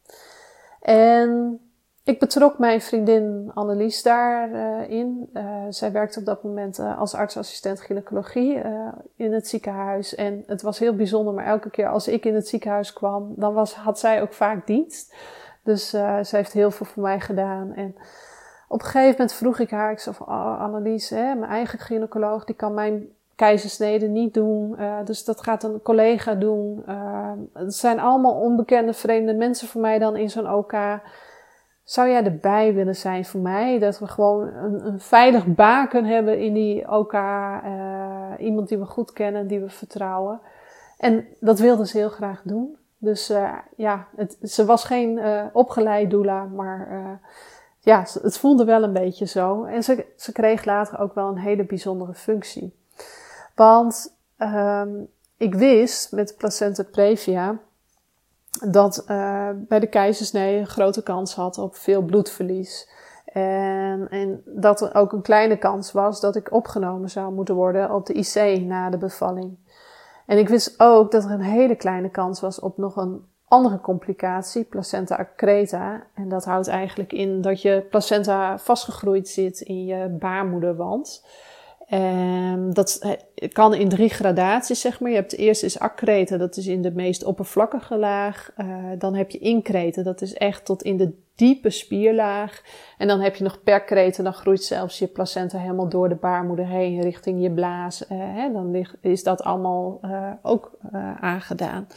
En ik betrok mijn vriendin Annelies daarin. Uh, uh, zij werkte op dat moment uh, als artsassistent gynaecologie uh, in het ziekenhuis. En het was heel bijzonder, maar elke keer als ik in het ziekenhuis kwam, dan was, had zij ook vaak dienst. Dus uh, ze heeft heel veel voor mij gedaan. En op een gegeven moment vroeg ik haar, ik zei van, oh, Annelies, hè, mijn eigen gynaecoloog, die kan mijn keizersnede niet doen, uh, dus dat gaat een collega doen. Uh, het zijn allemaal onbekende, vreemde mensen voor mij dan in zo'n O K. Zou jij erbij willen zijn voor mij? Dat we gewoon een, een veilig baken hebben in die O K. Uh, iemand die we goed kennen, die we vertrouwen. En dat wilde ze heel graag doen. Dus uh, ja, het, ze was geen uh, opgeleid doula, maar uh, ja, het voelde wel een beetje zo. En ze, ze kreeg later ook wel een hele bijzondere functie. Want um, ik wist met placenta previa dat uh, bij de keizersnede een grote kans had op veel bloedverlies. En, en dat er ook een kleine kans was dat ik opgenomen zou moeten worden op de I C na de bevalling. En ik wist ook dat er een hele kleine kans was op nog een andere complicatie, placenta accreta. En dat houdt eigenlijk in dat je placenta vastgegroeid zit in je baarmoederwand. Um, dat kan in drie gradaties, zeg maar. Je hebt eerst is accreta, dat is in de meest oppervlakkige laag. Uh, dan heb je increta, dat is echt tot in de diepe spierlaag. En dan heb je nog percreta, dan groeit zelfs je placenta helemaal door de baarmoeder heen richting je blaas. Uh, hè, dan ligt, is dat allemaal uh, ook uh, aangedaan.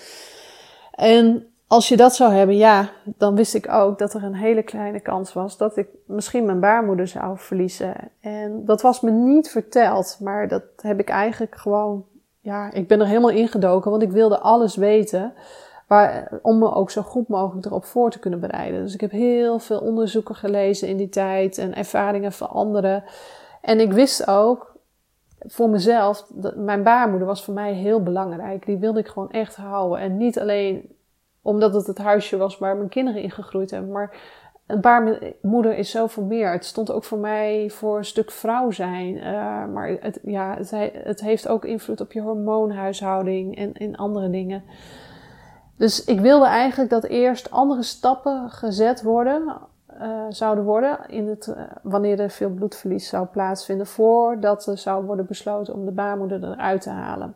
En als je dat zou hebben, ja, dan wist ik ook dat er een hele kleine kans was dat ik misschien mijn baarmoeder zou verliezen. En dat was me niet verteld, maar dat heb ik eigenlijk gewoon, ja, ik ben er helemaal ingedoken, want ik wilde alles weten, waar, om me ook zo goed mogelijk erop voor te kunnen bereiden. Dus ik heb heel veel onderzoeken gelezen in die tijd en ervaringen van anderen. En ik wist ook voor mezelf, dat mijn baarmoeder was voor mij heel belangrijk. Die wilde ik gewoon echt houden. En niet alleen omdat het het huisje was waar mijn kinderen in gegroeid hebben. Maar een baarmoeder is zoveel meer. Het stond ook voor mij voor een stuk vrouw zijn. Uh, maar het, ja, het, het heeft ook invloed op je hormoonhuishouding en in andere dingen. Dus ik wilde eigenlijk dat eerst andere stappen gezet worden, uh, zouden worden in het, uh, wanneer er veel bloedverlies zou plaatsvinden, voordat er zou worden besloten om de baarmoeder eruit te halen.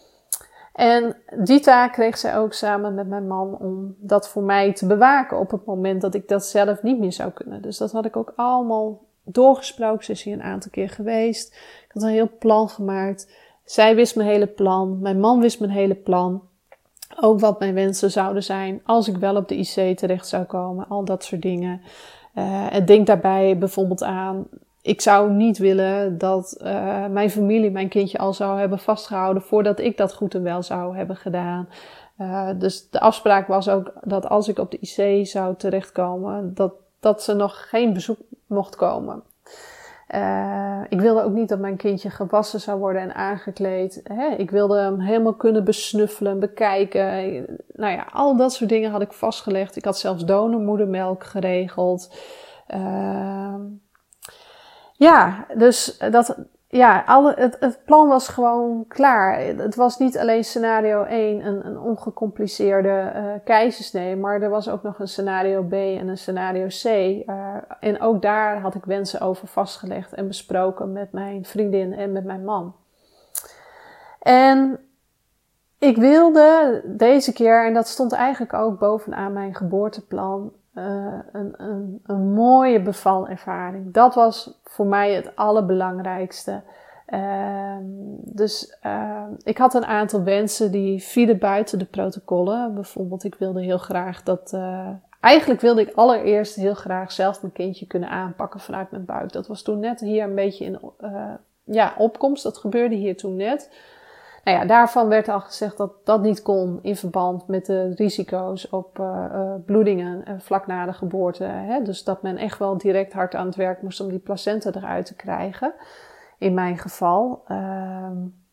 En die taak kreeg zij ook samen met mijn man om dat voor mij te bewaken op het moment dat ik dat zelf niet meer zou kunnen. Dus dat had ik ook allemaal doorgesproken. Ze is hier een aantal keer geweest. Ik had een heel plan gemaakt. Zij wist mijn hele plan. Mijn man wist mijn hele plan. Ook wat mijn wensen zouden zijn als ik wel op de I C terecht zou komen. Al dat soort dingen. Uh, en denk daarbij bijvoorbeeld aan, ik zou niet willen dat uh, mijn familie mijn kindje al zou hebben vastgehouden voordat ik dat goed en wel zou hebben gedaan. Uh, dus de afspraak was ook dat als ik op de I C zou terechtkomen, dat, dat ze nog geen bezoek mocht komen. Uh, ik wilde ook niet dat mijn kindje gewassen zou worden en aangekleed. Hè? Ik wilde hem helemaal kunnen besnuffelen, bekijken. Nou ja, al dat soort dingen had ik vastgelegd. Ik had zelfs donormoedermelk geregeld. Uh, ja, dus dat, ja, alle, het, het plan was gewoon klaar. Het was niet alleen scenario één, een, een ongecompliceerde uh, keizersnee, maar er was ook nog een scenario B en een scenario C. Uh, en ook daar had ik wensen over vastgelegd en besproken met mijn vriendin en met mijn man. En ik wilde deze keer, en dat stond eigenlijk ook bovenaan mijn geboorteplan, Uh, een, een, een mooie bevalervaring. Dat was voor mij het allerbelangrijkste. Uh, dus uh, ik had een aantal wensen die vielen buiten de protocollen. Bijvoorbeeld, ik wilde heel graag dat... Uh, eigenlijk wilde ik allereerst heel graag zelf mijn kindje kunnen aanpakken vanuit mijn buik. Dat was toen net hier een beetje in uh, ja, opkomst. Dat gebeurde hier toen net. Nou ja, daarvan werd al gezegd dat dat niet kon in verband met de risico's op uh, uh, bloedingen uh, vlak na de geboorte. Hè? Dus dat men echt wel direct hard aan het werk moest om die placenta eruit te krijgen. In mijn geval. Uh,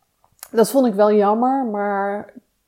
dat vond ik wel jammer, maar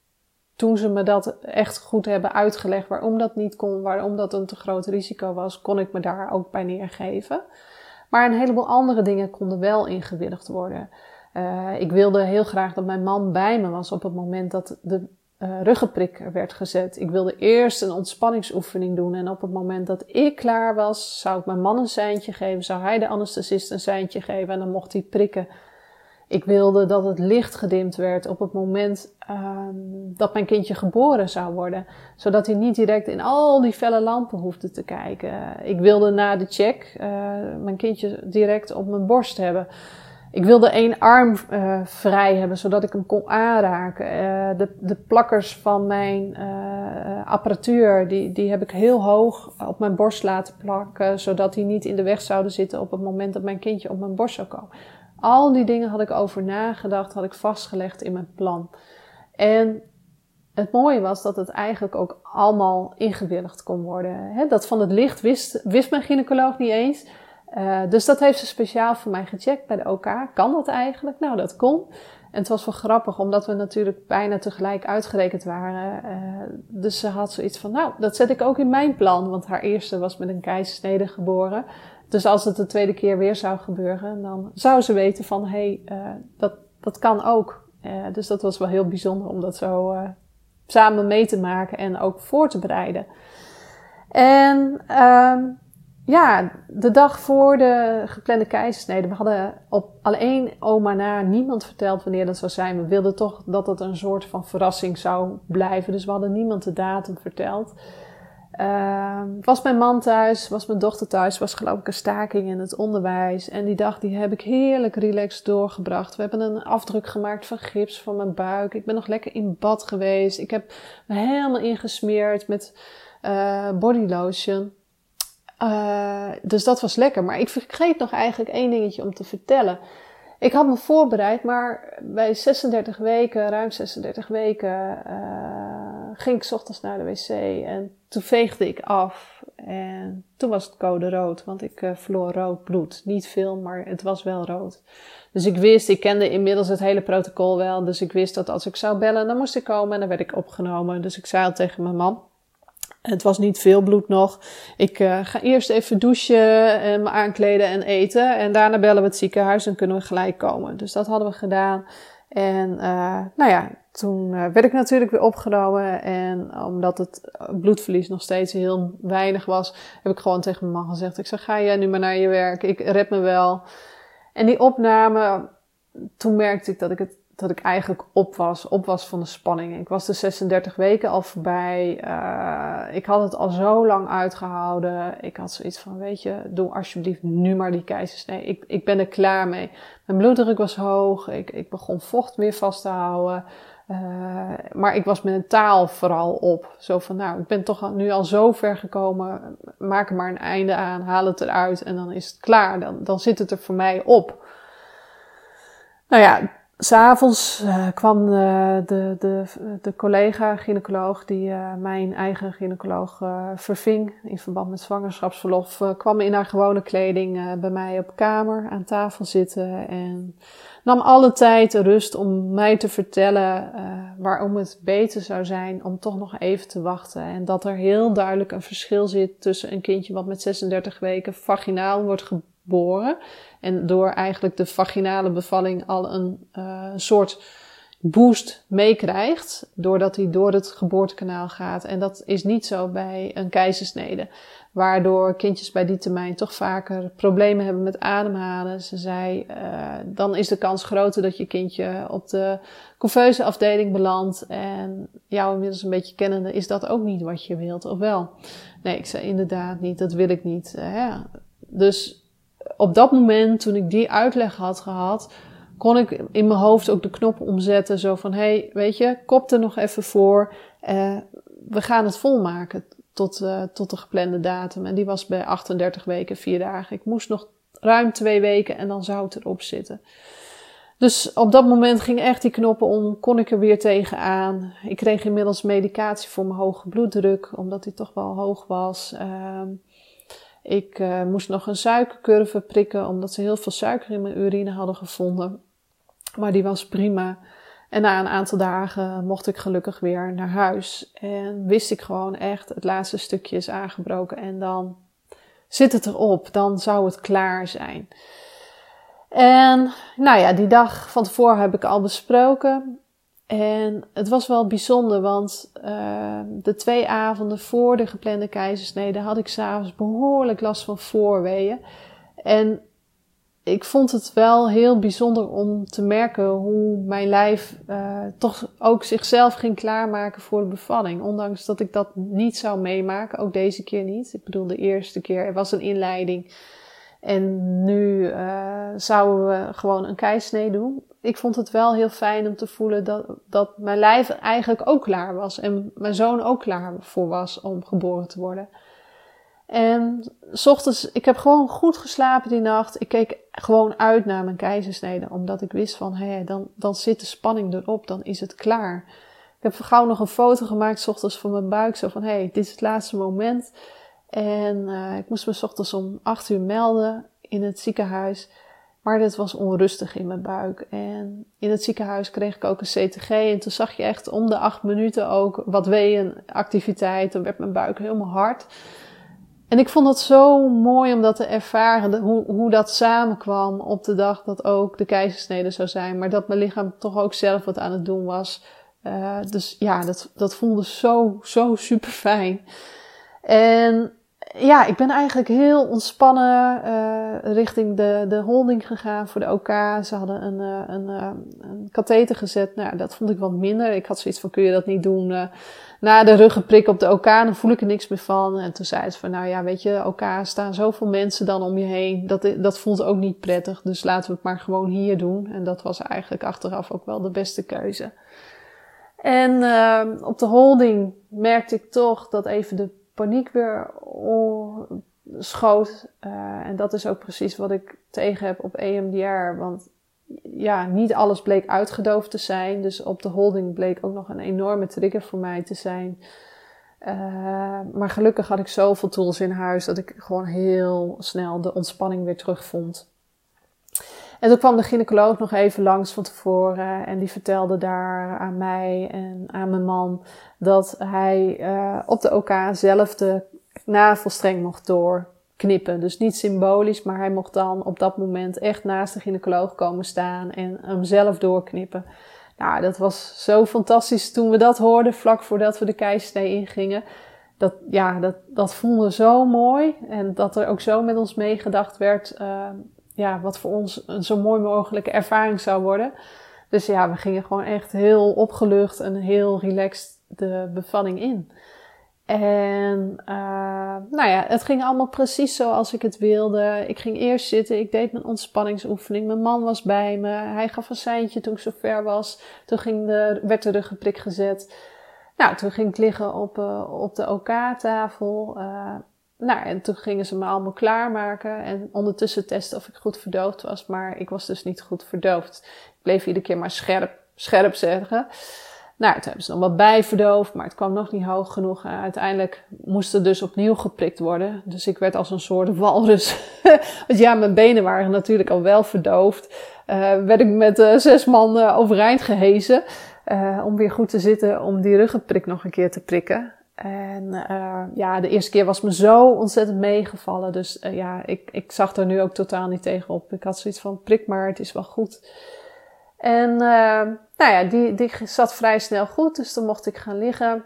toen ze me dat echt goed hebben uitgelegd waarom dat niet kon, waarom dat een te groot risico was, kon ik me daar ook bij neergeven. Maar een heleboel andere dingen konden wel ingewilligd worden. Uh, ik wilde heel graag dat mijn man bij me was op het moment dat de uh, ruggenprik werd gezet. Ik wilde eerst een ontspanningsoefening doen en op het moment dat ik klaar was, zou ik mijn man een seintje geven, zou hij de anesthesist een seintje geven en dan mocht hij prikken. Ik wilde dat het licht gedimd werd op het moment uh, dat mijn kindje geboren zou worden, zodat hij niet direct in al die felle lampen hoefde te kijken. Uh, ik wilde na de check uh, mijn kindje direct op mijn borst hebben. Ik wilde één arm uh, vrij hebben, zodat ik hem kon aanraken. Uh, de, de plakkers van mijn uh, apparatuur, die, die heb ik heel hoog op mijn borst laten plakken, zodat die niet in de weg zouden zitten op het moment dat mijn kindje op mijn borst zou komen. Al die dingen had ik over nagedacht, had ik vastgelegd in mijn plan. En het mooie was dat het eigenlijk ook allemaal ingewilligd kon worden. He, dat van het licht wist, wist mijn gynaecoloog niet eens. Uh, dus dat heeft ze speciaal voor mij gecheckt bij de O K. Kan dat eigenlijk? Nou, dat kon. En het was wel grappig, omdat we natuurlijk bijna tegelijk uitgerekend waren. Uh, dus ze had zoiets van, nou, dat zet ik ook in mijn plan. Want haar eerste was met een keizersnede geboren. Dus als het de tweede keer weer zou gebeuren, dan zou ze weten van, hé, hey, uh, dat, dat kan ook. Uh, dus dat was wel heel bijzonder om dat zo uh, samen mee te maken en ook voor te bereiden. En uh, ja, de dag voor de geplande keizersnede, we hadden op alleen oma na niemand verteld wanneer dat zou zijn. We wilden toch dat het een soort van verrassing zou blijven. Dus we hadden niemand de datum verteld. Uh, was mijn man thuis, was mijn dochter thuis, was geloof ik een staking in het onderwijs. En die dag die heb ik heerlijk relaxed doorgebracht. We hebben een afdruk gemaakt van gips van mijn buik. Ik ben nog lekker in bad geweest. Ik heb me helemaal ingesmeerd met uh, body lotion. Uh, dus dat was lekker. Maar ik vergeet nog eigenlijk één dingetje om te vertellen. Ik had me voorbereid, maar bij zesendertig weken, ruim zesendertig weken, uh, ging ik 's ochtends naar de wc en toen veegde ik af. En toen was het code rood, want ik uh, verloor rood bloed. Niet veel, maar het was wel rood. Dus ik wist, ik kende inmiddels het hele protocol wel. Dus ik wist dat als ik zou bellen, dan moest ik komen en dan werd ik opgenomen. Dus ik zei al tegen mijn man. Het was niet veel bloed nog. Ik uh, ga eerst even douchen en me aankleden en eten. En daarna bellen we het ziekenhuis en kunnen we gelijk komen. Dus dat hadden we gedaan. En uh, nou ja, toen uh, werd ik natuurlijk weer opgenomen. En omdat het bloedverlies nog steeds heel weinig was, heb ik gewoon tegen mijn man gezegd. Ik zeg, ga jij nu maar naar je werk. Ik red me wel. En die opname, toen merkte ik dat ik het dat ik eigenlijk op was, op was van de spanning. Ik was de zesendertig weken al voorbij. Uh, ik had het al zo lang uitgehouden. Ik had zoiets van, weet je, doe alsjeblieft nu maar die keizersnee. Ik, ik ben er klaar mee. Mijn bloeddruk was hoog. Ik, ik begon vocht weer vast te houden. Uh, maar ik was mentaal vooral op. Zo van, nou, ik ben toch nu al zo ver gekomen. Maak er maar een einde aan. Haal het eruit en dan is het klaar. Dan, dan zit het er voor mij op. Nou ja, 'S'avonds uh, kwam de, de, de, de collega-gynaecoloog die uh, mijn eigen gynaecoloog uh, verving in verband met zwangerschapsverlof, uh, kwam in haar gewone kleding uh, bij mij op kamer aan tafel zitten en nam alle tijd de rust om mij te vertellen uh, waarom het beter zou zijn om toch nog even te wachten. En dat er heel duidelijk een verschil zit tussen een kindje wat met zesendertig weken vaginaal wordt geboren en door eigenlijk de vaginale bevalling al een uh, soort boost meekrijgt, doordat hij door het geboortekanaal gaat. En dat is niet zo bij een keizersnede, waardoor kindjes bij die termijn toch vaker problemen hebben met ademhalen. Ze zei, uh, dan is de kans groter dat je kindje op de couveuse afdeling belandt. En jou inmiddels een beetje kennende, is dat ook niet wat je wilt, of wel? Nee, ik zei inderdaad niet, dat wil ik niet. Uh, ja. Dus op dat moment, toen ik die uitleg had gehad, kon ik in mijn hoofd ook de knop omzetten. Zo van, hé, hey, weet je, kop er nog even voor. Uh, we gaan het volmaken tot, uh, tot de geplande datum. En die was bij achtendertig weken, vier dagen. Ik moest nog ruim twee weken en dan zou het erop zitten. Dus op dat moment ging echt die knoppen om, kon ik er weer tegenaan. Ik kreeg inmiddels medicatie voor mijn hoge bloeddruk, omdat die toch wel hoog was. Uh, Ik uh, moest nog een suikercurve prikken, omdat ze heel veel suiker in mijn urine hadden gevonden. Maar die was prima. En na een aantal dagen mocht ik gelukkig weer naar huis. En wist ik gewoon echt, het laatste stukje is aangebroken. En dan zit het erop. Dan zou het klaar zijn. En nou ja, die dag van tevoren heb ik al besproken. En het was wel bijzonder, want uh, de twee avonden voor de geplande keizersnede had ik 's avonds behoorlijk last van voorweeën. En ik vond het wel heel bijzonder om te merken hoe mijn lijf uh, toch ook zichzelf ging klaarmaken voor de bevalling. Ondanks dat ik dat niet zou meemaken, ook deze keer niet. Ik bedoel, de eerste keer, er was een inleiding. En nu uh, zouden we gewoon een keisnee doen. Ik vond het wel heel fijn om te voelen dat, dat mijn lijf eigenlijk ook klaar was. En mijn zoon ook klaar voor was om geboren te worden. En 's ochtends, ik heb gewoon goed geslapen die nacht. Ik keek gewoon uit naar mijn keizersnede. Omdat ik wist van, hé, dan, dan zit de spanning erop. Dan is het klaar. Ik heb gauw nog een foto gemaakt 's ochtends van mijn buik. Zo van, hé, dit is het laatste moment. En uh, ik moest me 's ochtends om acht uur melden in het ziekenhuis. Maar dit was onrustig in mijn buik. En in het ziekenhuis kreeg ik ook een C T G. En toen zag je echt om de acht minuten ook wat weeënactiviteit. Dan werd mijn buik helemaal hard. En ik vond het zo mooi om dat te ervaren. Hoe, hoe dat samenkwam op de dag dat ook de keizersnede zou zijn. Maar dat mijn lichaam toch ook zelf wat aan het doen was. Uh, dus ja, dat, dat voelde zo, zo super fijn. En ja, ik ben eigenlijk heel ontspannen uh, richting de, de holding gegaan voor de O K. Ze hadden een, uh, een, uh, een katheter gezet. Nou, dat vond ik wat minder. Ik had zoiets van, kun je dat niet doen uh, na de ruggenprik op de O K? Dan voel ik er niks meer van. En toen zei ze van, nou ja, weet je, O K staan zoveel mensen dan om je heen. Dat, dat voelt ook niet prettig. Dus laten we het maar gewoon hier doen. En dat was eigenlijk achteraf ook wel de beste keuze. En uh, op de holding merkte ik toch dat even de paniek weer schoot. Uh, en dat is ook precies wat ik tegen heb op E M D R. Want ja, niet alles bleek uitgedoofd te zijn. Dus op de holding bleek ook nog een enorme trigger voor mij te zijn. Uh, maar gelukkig had ik zoveel tools in huis dat ik gewoon heel snel de ontspanning weer terugvond. En toen kwam de gynaecoloog nog even langs van tevoren en die vertelde daar aan mij en aan mijn man dat hij uh, op de O K zelf de navelstreng mocht doorknippen. Dus niet symbolisch, maar hij mocht dan op dat moment echt naast de gynaecoloog komen staan en hem zelf doorknippen. Nou, dat was zo fantastisch toen we dat hoorden, vlak voordat we de keizersnee ingingen. Dat, ja, dat, dat voelde zo mooi en dat er ook zo met ons meegedacht werd, uh, ja, wat voor ons een zo mooi mogelijke ervaring zou worden. Dus ja, we gingen gewoon echt heel opgelucht en heel relaxed de bevalling in. En uh, nou ja, het ging allemaal precies zoals ik het wilde. Ik ging eerst zitten, ik deed mijn ontspanningsoefening. Mijn man was bij me, hij gaf een seintje toen ik zover was. Toen ging de, werd de ruggenprik gezet. Nou, toen ging ik liggen op, uh, op de O K-tafel. Uh, nou, en toen gingen ze me allemaal klaarmaken. En ondertussen testen of ik goed verdoofd was. Maar ik was dus niet goed verdoofd. Ik bleef iedere keer maar scherp, scherp zeggen. Nou, toen hebben ze nog wat bijverdoofd, maar het kwam nog niet hoog genoeg. Uh, uiteindelijk moest er dus opnieuw geprikt worden. Dus ik werd als een soort walrus. Want ja, mijn benen waren natuurlijk al wel verdoofd. Uh, werd ik met uh, zes man uh, overeind gehezen. Uh, om weer goed te zitten, om die ruggenprik nog een keer te prikken. En uh, ja, de eerste keer was me zo ontzettend meegevallen. Dus uh, ja, ik, ik zag er nu ook totaal niet tegenop. Ik had zoiets van, prik maar, het is wel goed. En uh, nou ja, die, die zat vrij snel goed, dus dan mocht ik gaan liggen.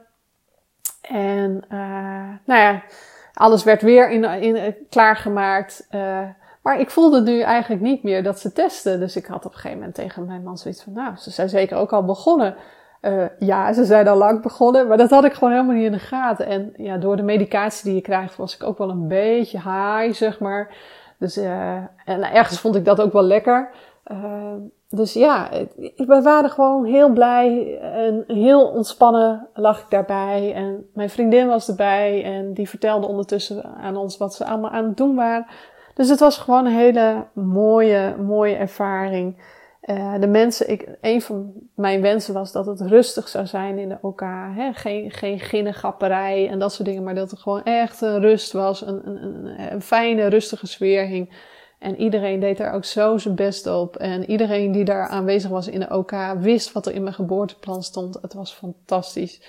En uh, nou ja, alles werd weer in, in, klaargemaakt. Uh, maar ik voelde nu eigenlijk niet meer dat ze testen. Dus ik had op een gegeven moment tegen mijn man zoiets van, nou, ze zijn zeker ook al begonnen. Uh, ja, ze zijn al lang begonnen, maar dat had ik gewoon helemaal niet in de gaten. En ja, door de medicatie die je krijgt was ik ook wel een beetje high, zeg maar. Dus uh, en ergens vond ik dat ook wel lekker. Uh, dus ja, we waren gewoon heel blij en heel ontspannen lag ik daarbij. En mijn vriendin was erbij en die vertelde ondertussen aan ons wat ze allemaal aan het doen waren. Dus het was gewoon een hele mooie, mooie ervaring. Uh, de mensen, ik, een van mijn wensen was dat het rustig zou zijn in de O K. Hè? Geen, geen ginnegapperij en dat soort dingen, maar dat er gewoon echt een rust was. Een, een, een fijne, rustige sfeer hing. En iedereen deed daar ook zo zijn best op. En iedereen die daar aanwezig was in de O K wist wat er in mijn geboorteplan stond. Het was fantastisch.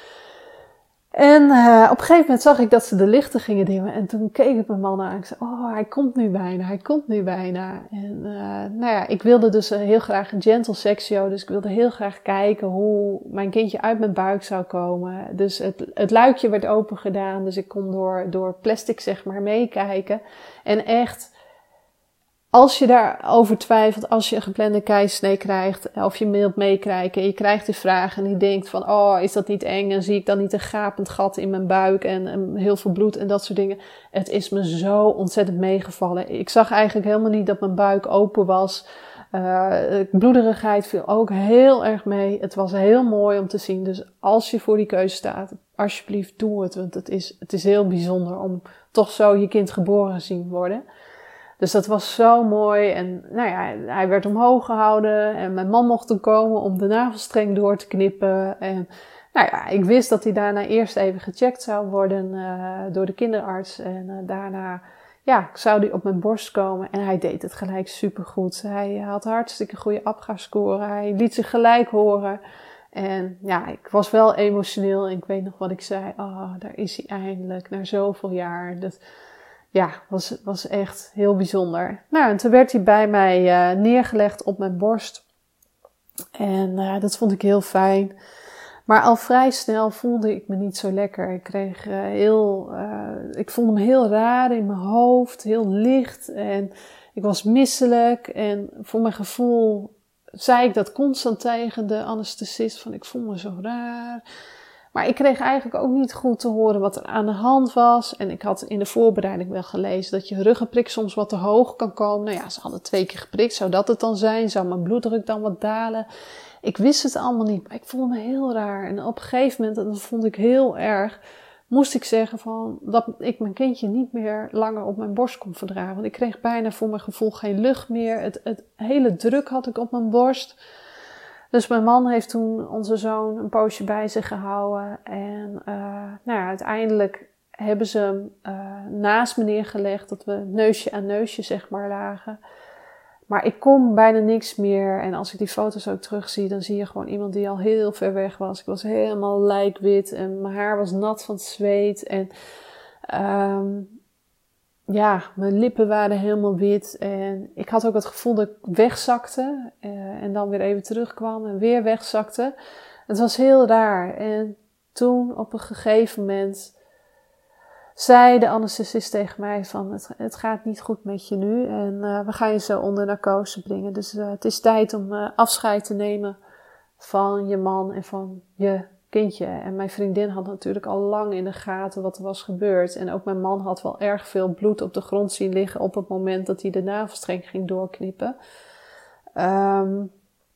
En uh, op een gegeven moment zag ik dat ze de lichten gingen dimmen. En toen keek ik mijn man naar en ik zei, oh, hij komt nu bijna, hij komt nu bijna. En uh, nou ja, ik wilde dus uh, heel graag een gentle sexio. Dus ik wilde heel graag kijken hoe mijn kindje uit mijn buik zou komen. Dus het, het luikje werd open gedaan. Dus ik kon door, door plastic zeg maar meekijken. En echt, als je daarover twijfelt, als je een geplande keizersnee krijgt, of je wilt meekrijgen en je krijgt die vraag en je denkt van, oh, is dat niet eng? En zie ik dan niet een gapend gat in mijn buik en, en heel veel bloed en dat soort dingen. Het is me zo ontzettend meegevallen. Ik zag eigenlijk helemaal niet dat mijn buik open was. Uh, bloederigheid viel ook heel erg mee. Het was heel mooi om te zien. Dus als je voor die keuze staat, alsjeblieft doe het. Want het is, het is heel bijzonder om toch zo je kind geboren te zien worden. Dus dat was zo mooi. En nou ja, hij werd omhoog gehouden. En mijn man mocht toen komen om de navelstreng door te knippen. En nou ja, ik wist dat hij daarna eerst even gecheckt zou worden uh, door de kinderarts. En uh, daarna ja, zou hij op mijn borst komen. En hij deed het gelijk supergoed. Hij had hartstikke goede APGAR-score. Hij liet zich gelijk horen. En ja, ik was wel emotioneel. En ik weet nog wat ik zei. Oh, daar is hij eindelijk. Na zoveel jaar. Dat, ja, was, was echt heel bijzonder. Nou, en toen werd hij bij mij uh, neergelegd op mijn borst. En uh, dat vond ik heel fijn. Maar al vrij snel voelde ik me niet zo lekker. Ik kreeg uh, heel, uh, ik voelde me heel raar in mijn hoofd, heel licht. En ik was misselijk. En voor mijn gevoel zei ik dat constant tegen de anesthesist. Van ik voel me zo raar. Maar ik kreeg eigenlijk ook niet goed te horen wat er aan de hand was. En ik had in de voorbereiding wel gelezen dat je ruggenprik soms wat te hoog kan komen. Nou ja, ze hadden twee keer geprikt. Zou dat het dan zijn? Zou mijn bloeddruk dan wat dalen? Ik wist het allemaal niet, maar ik voelde me heel raar. En op een gegeven moment, en dat vond ik heel erg, moest ik zeggen van dat ik mijn kindje niet meer langer op mijn borst kon verdragen. Want ik kreeg bijna voor mijn gevoel geen lucht meer. Het, het hele druk had ik op mijn borst. Dus mijn man heeft toen onze zoon een poosje bij zich gehouden. En uh, nou ja, uiteindelijk hebben ze hem uh, naast me neergelegd. Dat we neusje aan neusje zeg maar lagen. Maar ik kon bijna niks meer. En als ik die foto's ook terugzie, dan zie je gewoon iemand die al heel ver weg was. Ik was helemaal lijkwit en mijn haar was nat van het zweet. En um, ja, mijn lippen waren helemaal wit. En ik had ook het gevoel dat ik wegzakte. Uh, en dan weer even terugkwam en weer wegzakte. Het was heel raar. En toen op een gegeven moment zei de anesthesist tegen mij van het, het gaat niet goed met je nu en uh, we gaan je zo onder narcose brengen. Dus uh, het is tijd om uh, afscheid te nemen van je man en van je kindje. En mijn vriendin had natuurlijk al lang in de gaten wat er was gebeurd. En ook mijn man had wel erg veel bloed op de grond zien liggen op het moment dat hij de navelstreng ging doorknippen. Um,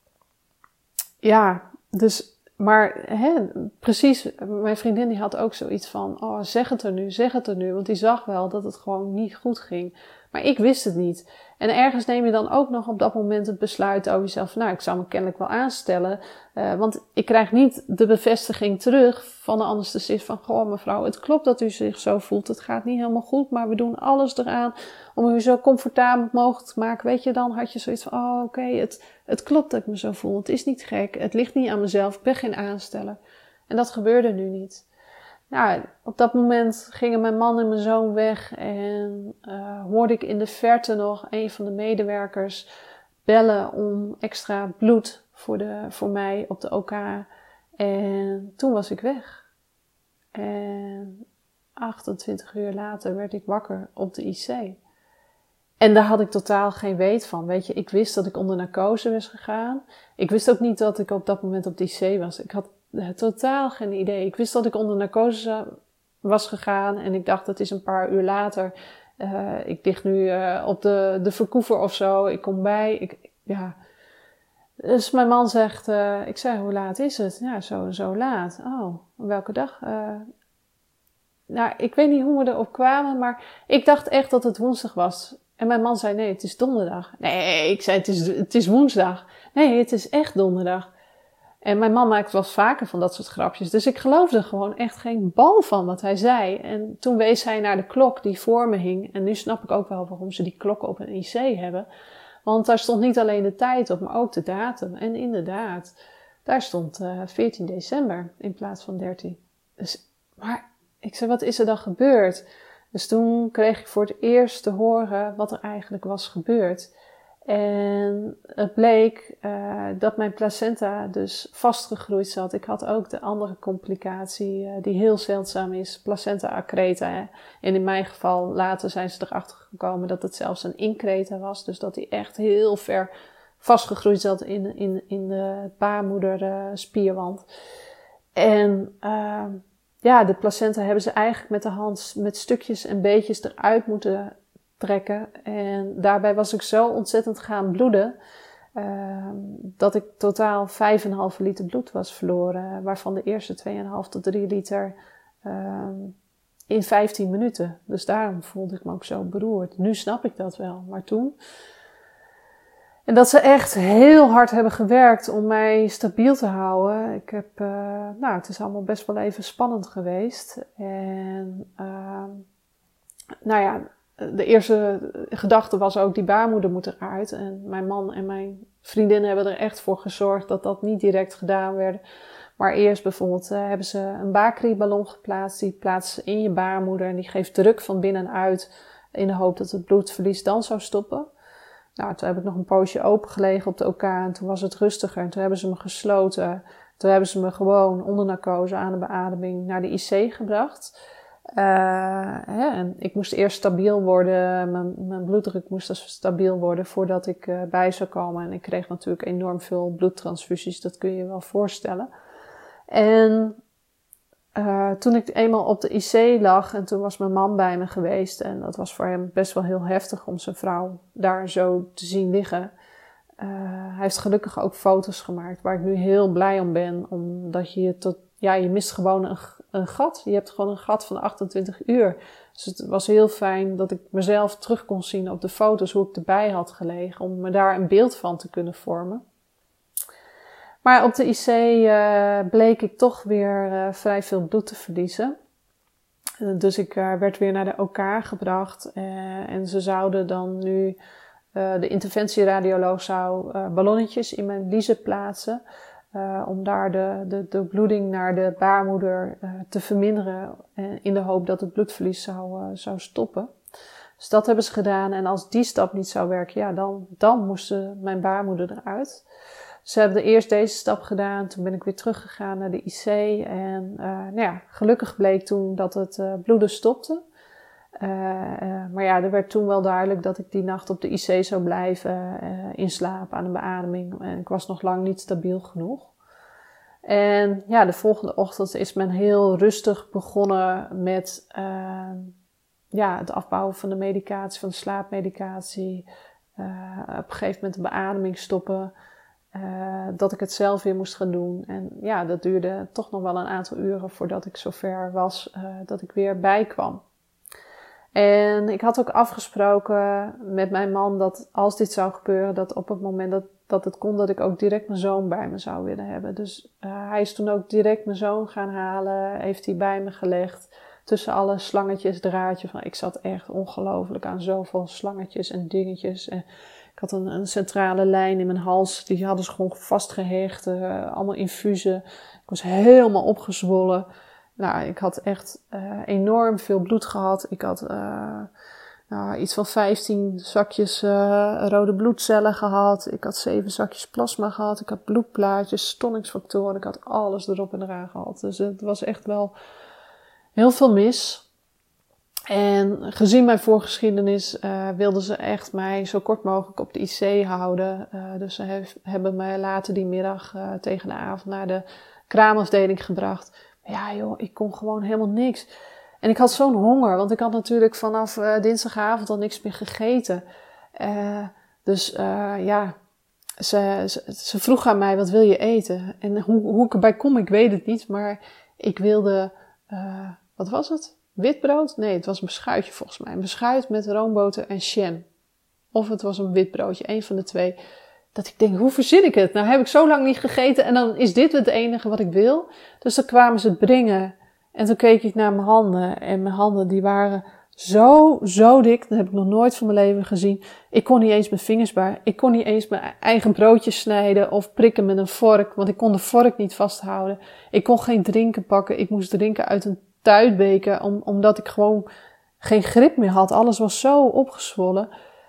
ja, dus... Maar hè, precies, mijn vriendin die had ook zoiets van, oh zeg het er nu, zeg het er nu. Want die zag wel dat het gewoon niet goed ging. Maar ik wist het niet. En ergens neem je dan ook nog op dat moment het besluit over jezelf. Nou, ik zou me kennelijk wel aanstellen. Uh, want ik krijg niet de bevestiging terug van de anesthesist van, goh mevrouw, het klopt dat u zich zo voelt. Het gaat niet helemaal goed, maar we doen alles eraan om u zo comfortabel mogelijk te maken. Weet je, dan had je zoiets van, oh oké, okay, het, het klopt dat ik me zo voel. Het is niet gek, het ligt niet aan mezelf, ik ben geen aansteller. En dat gebeurde nu niet. Nou, op dat moment gingen mijn man en mijn zoon weg en uh, hoorde ik in de verte nog een van de medewerkers bellen om extra bloed voor, de, voor mij op de O K. En toen was ik weg. En achtentwintig uur later werd ik wakker op de I C. En daar had ik totaal geen weet van. Weet je, ik wist dat ik onder narcose was gegaan. Ik wist ook niet dat ik op dat moment op de I C was. Ik had totaal geen idee. Ik wist dat ik onder narcose was gegaan. En ik dacht, dat is een paar uur later. Uh, ik lig nu uh, op de, de verkoever of zo. Ik kom bij. Ik, ja. Dus mijn man zegt, uh, ik zei, hoe laat is het? Ja, zo zo laat. Oh, welke dag? Uh, nou, ik weet niet hoe we erop kwamen, maar ik dacht echt dat het woensdag was. En mijn man zei, nee, het is donderdag. Nee, ik zei, het is, het is woensdag. Nee, het is echt donderdag. En mijn man maakt wel vaker van dat soort grapjes. Dus ik geloofde gewoon echt geen bal van wat hij zei. En toen wees hij naar de klok die voor me hing. En nu snap ik ook wel waarom ze die klokken op een I C hebben. Want daar stond niet alleen de tijd op, maar ook de datum. En inderdaad, daar stond uh, veertien december in plaats van dertien. Dus, maar ik zei, wat is er dan gebeurd? Dus toen kreeg ik voor het eerst te horen wat er eigenlijk was gebeurd. En het bleek uh, dat mijn placenta dus vastgegroeid zat. Ik had ook de andere complicatie uh, die heel zeldzaam is, placenta accreta. Hè. En in mijn geval, later zijn ze erachter gekomen dat het zelfs een increta was. Dus dat die echt heel ver vastgegroeid zat in, in, in de baarmoederspierwand. Uh, en uh, ja, de placenta hebben ze eigenlijk met de hand met stukjes en beetjes eruit moeten trekken. En daarbij was ik zo ontzettend gaan bloeden, uh, dat ik totaal vijf komma vijf liter bloed was verloren. Waarvan de eerste twee komma vijf tot drie liter uh, in vijftien minuten. Dus daarom voelde ik me ook zo beroerd. Nu snap ik dat wel, maar toen... En dat ze echt heel hard hebben gewerkt om mij stabiel te houden. Ik heb, uh, nou, het is allemaal best wel even spannend geweest. En, uh, nou ja, de eerste gedachte was ook, die baarmoeder moet eruit. En mijn man en mijn vriendin hebben er echt voor gezorgd dat dat niet direct gedaan werd. Maar eerst bijvoorbeeld uh, hebben ze een baarkrieballon geplaatst. Die plaatsen in je baarmoeder en die geeft druk van binnenuit in de hoop dat het bloedverlies dan zou stoppen. Nou, toen heb ik nog een poosje opengelegen op de O K en toen was het rustiger. En toen hebben ze me gesloten. Toen hebben ze me gewoon onder narcose aan de beademing naar de I C gebracht. Uh, hè, en ik moest eerst stabiel worden. Mijn, mijn bloeddruk moest dus stabiel worden voordat ik uh, bij zou komen. En ik kreeg natuurlijk enorm veel bloedtransfusies. Dat kun je je wel voorstellen. En uh, toen ik eenmaal op de I C lag en toen was mijn man bij me geweest. En dat was voor hem best wel heel heftig om zijn vrouw daar zo te zien liggen. Uh, hij heeft gelukkig ook foto's gemaakt waar ik nu heel blij om ben. Omdat je je tot, ja, je mist gewoon een, een gat. Je hebt gewoon een gat van achtentwintig uur. Dus het was heel fijn dat ik mezelf terug kon zien op de foto's hoe ik erbij had gelegen. Om me daar een beeld van te kunnen vormen. Maar op de I C uh, bleek ik toch weer uh, vrij veel bloed te verliezen. Uh, dus ik uh, werd weer naar de O K gebracht. Uh, en ze zouden dan nu... Uh, de interventieradioloog zou uh, ballonnetjes in mijn liezen plaatsen. Uh, om daar de, de, de bloeding naar de baarmoeder uh, te verminderen. Uh, in de hoop dat het bloedverlies zou, uh, zou stoppen. Dus dat hebben ze gedaan. En als die stap niet zou werken, ja, dan, dan moest mijn baarmoeder eruit. Ze hebben eerst deze stap gedaan. Toen ben ik weer teruggegaan naar de I C. En uh, nou ja, gelukkig bleek toen dat het uh, bloeden stopte. Uh, uh, maar ja, er werd toen wel duidelijk dat ik die nacht op de I C zou blijven uh, inslapen aan de beademing. En ik was nog lang niet stabiel genoeg. En ja, de volgende ochtend is men heel rustig begonnen met uh, ja, het afbouwen van de medicatie, van de slaapmedicatie. Uh, op een gegeven moment de beademing stoppen. Uh, dat ik het zelf weer moest gaan doen. En ja, dat duurde toch nog wel een aantal uren voordat ik zover was uh, dat ik weer bijkwam. En ik had ook afgesproken met mijn man dat als dit zou gebeuren, dat op het moment dat, dat het kon, dat ik ook direct mijn zoon bij me zou willen hebben. Dus uh, hij is toen ook direct mijn zoon gaan halen, heeft hij bij me gelegd. Tussen alle slangetjes, draadjes. Ik zat echt ongelooflijk aan zoveel slangetjes en dingetjes. En ik had een, een centrale lijn in mijn hals, die hadden ze gewoon vastgehecht, uh, allemaal infusen. Ik was helemaal opgezwollen. Nou, ik had echt uh, enorm veel bloed gehad. Ik had uh, nou, iets van vijftien zakjes uh, rode bloedcellen gehad. Ik had zeven zakjes plasma gehad. Ik had bloedplaatjes, stollingsfactoren. Ik had alles erop en eraan gehad. Dus het was echt wel heel veel mis. En gezien mijn voorgeschiedenis uh, wilden ze echt mij zo kort mogelijk op de I C houden. Uh, dus ze hef, hebben mij later die middag uh, tegen de avond naar de kraamafdeling gebracht. Ja joh, ik kon gewoon helemaal niks. En ik had zo'n honger, want ik had natuurlijk vanaf uh, dinsdagavond al niks meer gegeten. Uh, dus uh, ja, ze, ze, ze vroeg aan mij, wat wil je eten? En hoe, hoe ik erbij kom, ik weet het niet. Maar ik wilde, uh, wat was het? Witbrood? Nee, het was een beschuitje volgens mij. Een beschuit met roomboter en jam. Of het was een witbroodje, één van de twee. Dat ik denk, hoe verzin ik het? Nou heb ik zo lang niet gegeten en dan is dit het enige wat ik wil. Dus dan kwamen ze het brengen. En toen keek ik naar mijn handen. En mijn handen die waren zo, zo dik. Dat heb ik nog nooit van mijn leven gezien. Ik kon niet eens mijn vingers bij. Ik kon niet eens mijn eigen broodjes snijden of prikken met een vork. Want ik kon de vork niet vasthouden. Ik kon geen drinken pakken. Ik moest drinken uit een tuitbeker. Om, omdat ik gewoon geen grip meer had. Alles was zo opgezwollen.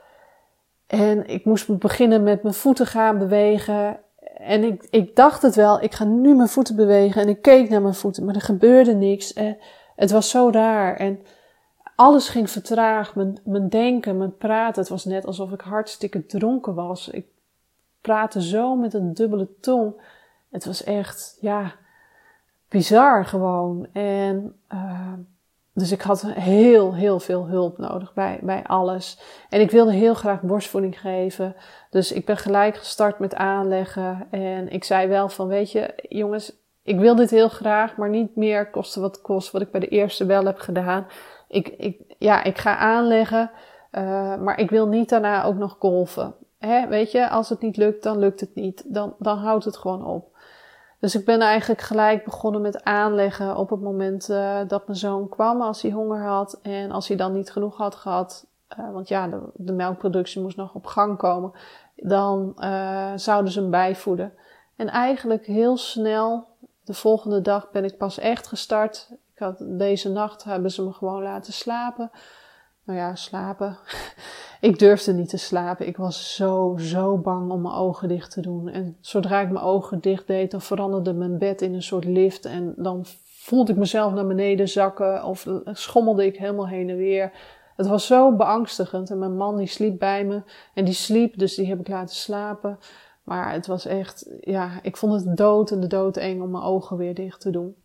En ik moest beginnen met mijn voeten gaan bewegen. En ik, ik dacht het wel, ik ga nu mijn voeten bewegen. En ik keek naar mijn voeten, maar er gebeurde niks. En het was zo raar. En alles ging vertraag. Mijn, mijn denken, mijn praten. Het was net alsof ik hartstikke dronken was. Ik praatte zo met een dubbele tong. Het was echt, ja, bizar gewoon. En uh, dus ik had heel, heel veel hulp nodig bij, bij alles. En ik wilde heel graag borstvoeding geven. Dus ik ben gelijk gestart met aanleggen. En ik zei wel van, weet je, jongens, ik wil dit heel graag, maar niet meer kosten wat het kost, wat ik bij de eerste wel heb gedaan. Ik, ik, ja, ik ga aanleggen, uh, maar ik wil niet daarna ook nog golven. Hè, weet je, als het niet lukt, dan lukt het niet. Dan, dan houdt het gewoon op. Dus ik ben eigenlijk gelijk begonnen met aanleggen op het moment uh, dat mijn zoon kwam, als hij honger had. En als hij dan niet genoeg had gehad, uh, want ja, de, de melkproductie moest nog op gang komen, dan uh, zouden ze hem bijvoeden. En eigenlijk heel snel, de volgende dag ben ik pas echt gestart. Ik had, deze nacht hebben ze me gewoon laten slapen. Nou ja, slapen. Ik durfde niet te slapen. Ik was zo, zo bang om mijn ogen dicht te doen. En zodra ik mijn ogen dicht deed, dan veranderde mijn bed in een soort lift. En dan voelde ik mezelf naar beneden zakken of schommelde ik helemaal heen en weer. Het was zo beangstigend. En mijn man die sliep bij me. En die sliep, dus die heb ik laten slapen. Maar het was echt, ja, ik vond het dood en de dood eng om mijn ogen weer dicht te doen.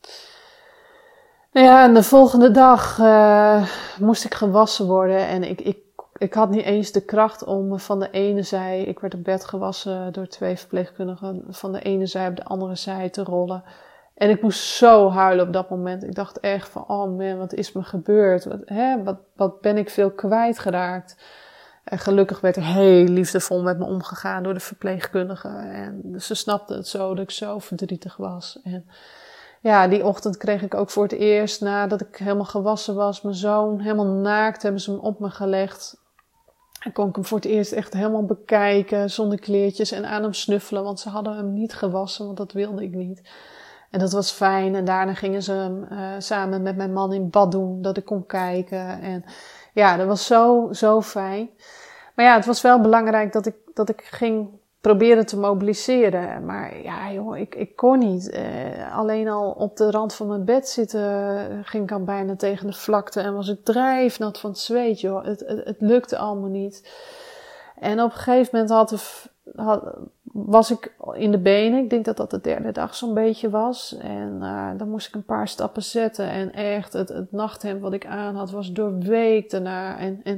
Nou ja, en de volgende dag uh, moest ik gewassen worden. En ik, ik, ik had niet eens de kracht om me van de ene zij, ik werd op bed gewassen door twee verpleegkundigen, van de ene zij op de andere zij te rollen. En ik moest zo huilen op dat moment. Ik dacht echt van, oh man, wat is me gebeurd? Wat, hè, wat, wat ben ik veel kwijtgeraakt? En gelukkig werd er heel liefdevol met me omgegaan door de verpleegkundige. En ze snapte het zo dat ik zo verdrietig was. En ja, die ochtend kreeg ik ook voor het eerst, nadat ik helemaal gewassen was, mijn zoon helemaal naakt, hebben ze hem op me gelegd. En kon ik hem voor het eerst echt helemaal bekijken, zonder kleertjes en aan hem snuffelen, want ze hadden hem niet gewassen, want dat wilde ik niet. En dat was fijn. En daarna gingen ze hem uh, samen met mijn man in bad doen, dat ik kon kijken. En ja, dat was zo, zo fijn. Maar ja, het was wel belangrijk dat ik, dat ik ging proberen te mobiliseren. Maar ja, joh, ik, ik kon niet. Uh, alleen al op de rand van mijn bed zitten ging ik al bijna tegen de vlakte. En was ik drijfnat van het zweet, joh. Het, het, het lukte allemaal niet. En op een gegeven moment had de, had, was ik in de benen. Ik denk dat dat de derde dag zo'n beetje was. En uh, dan moest ik een paar stappen zetten. En echt, het, het nachthemd wat ik aan had was doorweekt daarna. En, en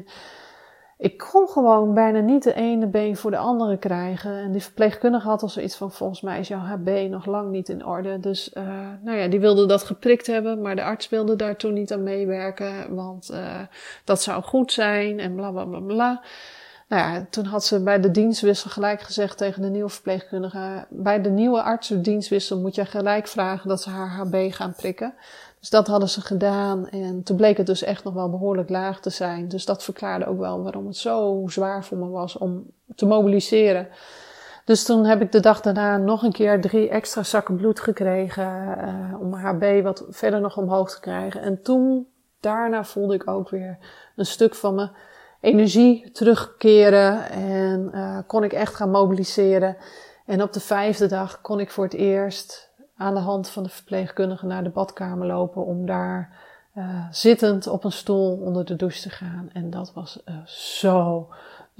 ik kon gewoon bijna niet de ene been voor de andere krijgen. En die verpleegkundige had al zoiets van, volgens mij is jouw H B nog lang niet in orde. Dus uh, nou ja, die wilde dat geprikt hebben. Maar de arts wilde daar toen niet aan meewerken. Want uh, dat zou goed zijn en bla bla bla bla. Nou ja, toen had ze bij de dienstwissel gelijk gezegd tegen de nieuwe verpleegkundige, bij de nieuwe artsendienstwissel moet je gelijk vragen dat ze haar H B gaan prikken. Dus dat hadden ze gedaan en toen bleek het dus echt nog wel behoorlijk laag te zijn. Dus dat verklaarde ook wel waarom het zo zwaar voor me was om te mobiliseren. Dus toen heb ik de dag daarna nog een keer drie extra zakken bloed gekregen uh, om mijn H B wat verder nog omhoog te krijgen. En toen, daarna voelde ik ook weer een stuk van me energie terugkeren en uh, kon ik echt gaan mobiliseren. En op de vijfde dag kon ik voor het eerst aan de hand van de verpleegkundige naar de badkamer lopen om daar uh, zittend op een stoel onder de douche te gaan. En dat was uh, zo,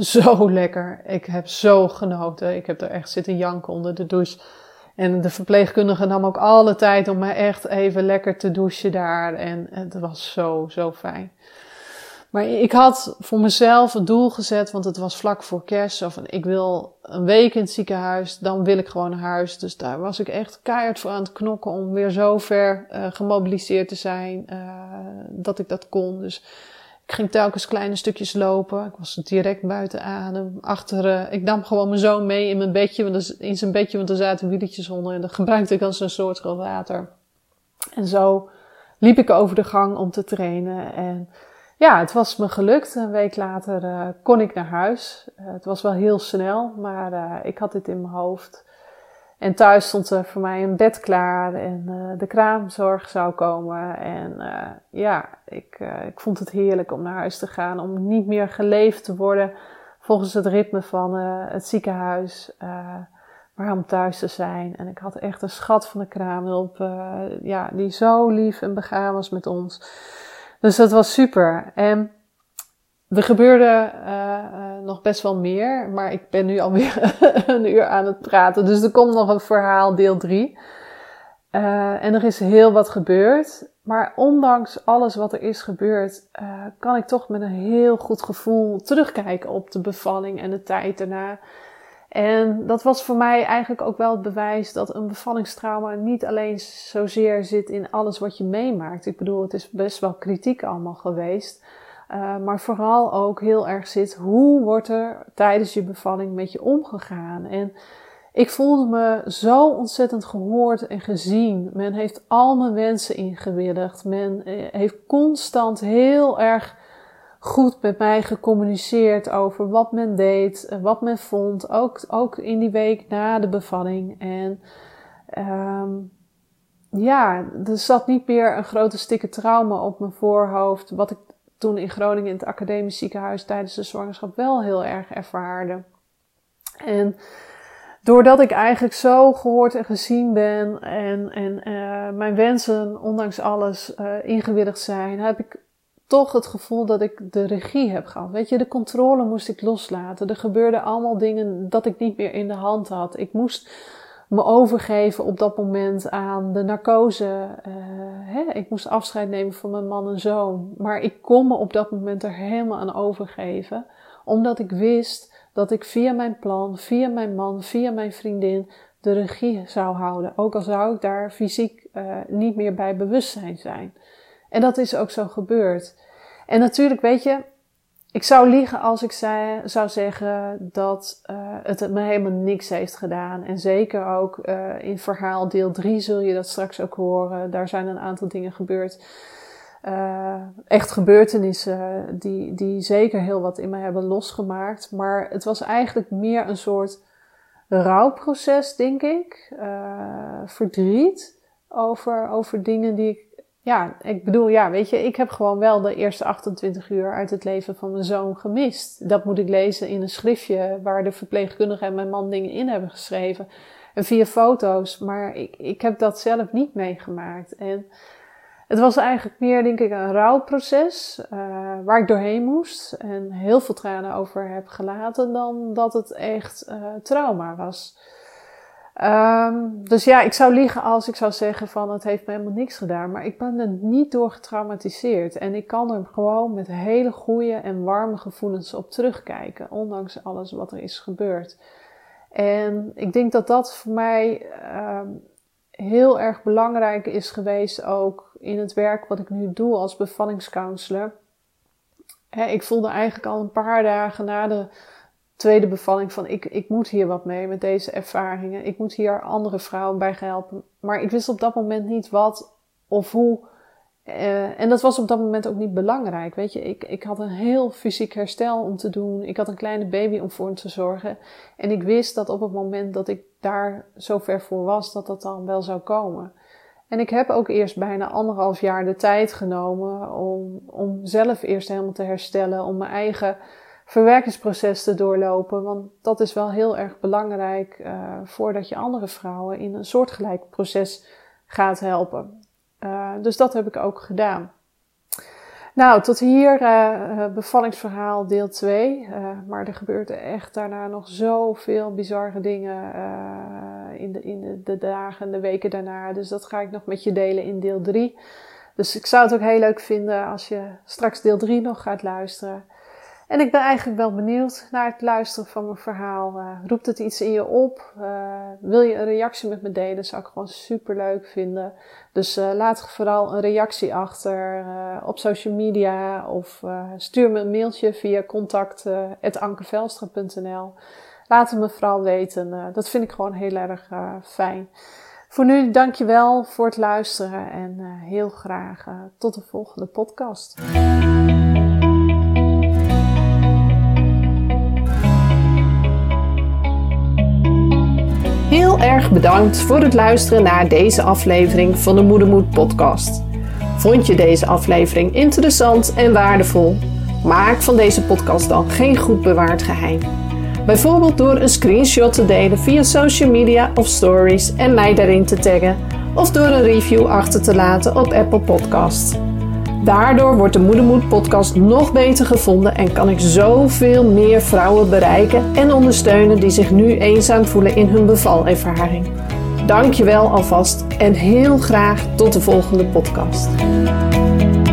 zo lekker. Ik heb zo genoten. Ik heb er echt zitten janken onder de douche. En de verpleegkundige nam ook alle tijd om mij echt even lekker te douchen daar. En het was zo, zo fijn. Maar ik had voor mezelf een doel gezet, want het was vlak voor kerst. Of ik wil een week in het ziekenhuis, dan wil ik gewoon naar huis. Dus daar was ik echt keihard voor aan het knokken om weer zo ver uh, gemobiliseerd te zijn uh, dat ik dat kon. Dus ik ging telkens kleine stukjes lopen. Ik was direct buiten adem. Achter, uh, ik nam gewoon mijn zoon mee in mijn bedje, want er, in zijn bedje, want er zaten wieletjes onder. En dat gebruikte ik als een soort rollator. En zo liep ik over de gang om te trainen. En ja, het was me gelukt. Een week later uh, kon ik naar huis. Uh, het was wel heel snel, maar uh, ik had dit in mijn hoofd. En thuis stond er voor mij een bed klaar en uh, de kraamzorg zou komen. En uh, ja, ik, uh, ik vond het heerlijk om naar huis te gaan. Om niet meer geleefd te worden volgens het ritme van uh, het ziekenhuis. Uh, maar om thuis te zijn. En ik had echt een schat van de kraamhulp. Uh, ja, die zo lief en begaan was met ons. Dus dat was super. En er gebeurde uh, uh, nog best wel meer. Maar ik ben nu alweer een uur aan het praten. Dus er komt nog een verhaal, deel drie. Uh, en er is heel wat gebeurd. Maar ondanks alles wat er is gebeurd, uh, kan ik toch met een heel goed gevoel terugkijken op de bevalling en de tijd daarna. En dat was voor mij eigenlijk ook wel het bewijs dat een bevallingstrauma niet alleen zozeer zit in alles wat je meemaakt. Ik bedoel, het is best wel kritiek allemaal geweest. Uh, maar vooral ook heel erg zit, hoe wordt er tijdens je bevalling met je omgegaan? En ik voelde me zo ontzettend gehoord en gezien. Men heeft al mijn wensen ingewilligd. Men heeft constant heel erg goed met mij gecommuniceerd over wat men deed, wat men vond. Ook, ook in die week na de bevalling. En um, ja, er zat niet meer een grote stikke trauma op mijn voorhoofd. Wat ik toen in Groningen in het academisch ziekenhuis tijdens de zwangerschap wel heel erg ervaarde. En doordat ik eigenlijk zo gehoord en gezien ben en, en uh, mijn wensen ondanks alles uh, ingewilligd zijn, heb ik toch het gevoel dat ik de regie heb gehad. Weet je, de controle moest ik loslaten. Er gebeurden allemaal dingen dat ik niet meer in de hand had. Ik moest me overgeven op dat moment aan de narcose. Uh, hè? Ik moest afscheid nemen van mijn man en zoon. Maar ik kon me op dat moment er helemaal aan overgeven. Omdat ik wist dat ik via mijn plan, via mijn man, via mijn vriendin de regie zou houden. Ook al zou ik daar fysiek uh, niet meer bij bewustzijn zijn. En dat is ook zo gebeurd. En natuurlijk, weet je, ik zou liegen als ik zei, zou zeggen dat uh, het me helemaal niks heeft gedaan. En zeker ook uh, in verhaal deel drie zul je dat straks ook horen. Daar zijn een aantal dingen gebeurd. Uh, echt gebeurtenissen die, die zeker heel wat in mij hebben losgemaakt. Maar het was eigenlijk meer een soort rouwproces, denk ik. Uh, verdriet over, over dingen die ik... Ja, ik bedoel, ja, weet je, ik heb gewoon wel de eerste achtentwintig uur uit het leven van mijn zoon gemist. Dat moet ik lezen in een schriftje waar de verpleegkundige en mijn man dingen in hebben geschreven. En via foto's, maar ik, ik heb dat zelf niet meegemaakt. En het was eigenlijk meer, denk ik, een rouwproces uh, waar ik doorheen moest. En heel veel tranen over heb gelaten dan dat het echt uh, trauma was. Um, dus ja, ik zou liegen als ik zou zeggen van het heeft me helemaal niks gedaan. Maar ik ben er niet door getraumatiseerd. En ik kan er gewoon met hele goede en warme gevoelens op terugkijken. Ondanks alles wat er is gebeurd. En ik denk dat dat voor mij um, heel erg belangrijk is geweest ook in het werk wat ik nu doe als bevallingscounselor. He, ik voelde eigenlijk al een paar dagen na de tweede bevalling van ik, ik moet hier wat mee met deze ervaringen. Ik moet hier andere vrouwen bij helpen. Maar ik wist op dat moment niet wat of hoe. Uh, en dat was op dat moment ook niet belangrijk. Weet je, ik, ik had een heel fysiek herstel om te doen. Ik had een kleine baby om voor te zorgen. En ik wist dat op het moment dat ik daar zover voor was, dat dat dan wel zou komen. En ik heb ook eerst bijna anderhalf jaar de tijd genomen om, om zelf eerst helemaal te herstellen. Om mijn eigen verwerkingsproces te doorlopen. Want dat is wel heel erg belangrijk uh, voordat je andere vrouwen in een soortgelijk proces gaat helpen. Uh, dus dat heb ik ook gedaan. Nou, tot hier uh, bevallingsverhaal deel twee. Uh, maar er gebeurt echt daarna nog zoveel bizarre dingen uh, in, de, in de, de dagen en de weken daarna. Dus dat ga ik nog met je delen in deel drie. Dus ik zou het ook heel leuk vinden als je straks deel drie nog gaat luisteren. En ik ben eigenlijk wel benieuwd naar het luisteren van mijn verhaal. Uh, roept het iets in je op? Uh, wil je een reactie met me delen? zou ik gewoon super leuk vinden. Dus uh, laat vooral een reactie achter uh, op social media. Of uh, stuur me een mailtje via contact at ankevelstra punt n l. Laat het me vooral weten. Uh, dat vind ik gewoon heel erg uh, fijn. Voor nu dankjewel voor het luisteren. En uh, heel graag uh, tot de volgende podcast. Heel erg bedankt voor het luisteren naar deze aflevering van de Moedermoed podcast. Vond je deze aflevering interessant en waardevol? Maak van deze podcast dan geen goed bewaard geheim. Bijvoorbeeld door een screenshot te delen via social media of stories en mij daarin te taggen. Of door een review achter te laten op Apple Podcasts. Daardoor wordt de Moedermoed podcast nog beter gevonden en kan ik zoveel meer vrouwen bereiken en ondersteunen die zich nu eenzaam voelen in hun bevalervaring. Dankjewel alvast en heel graag tot de volgende podcast.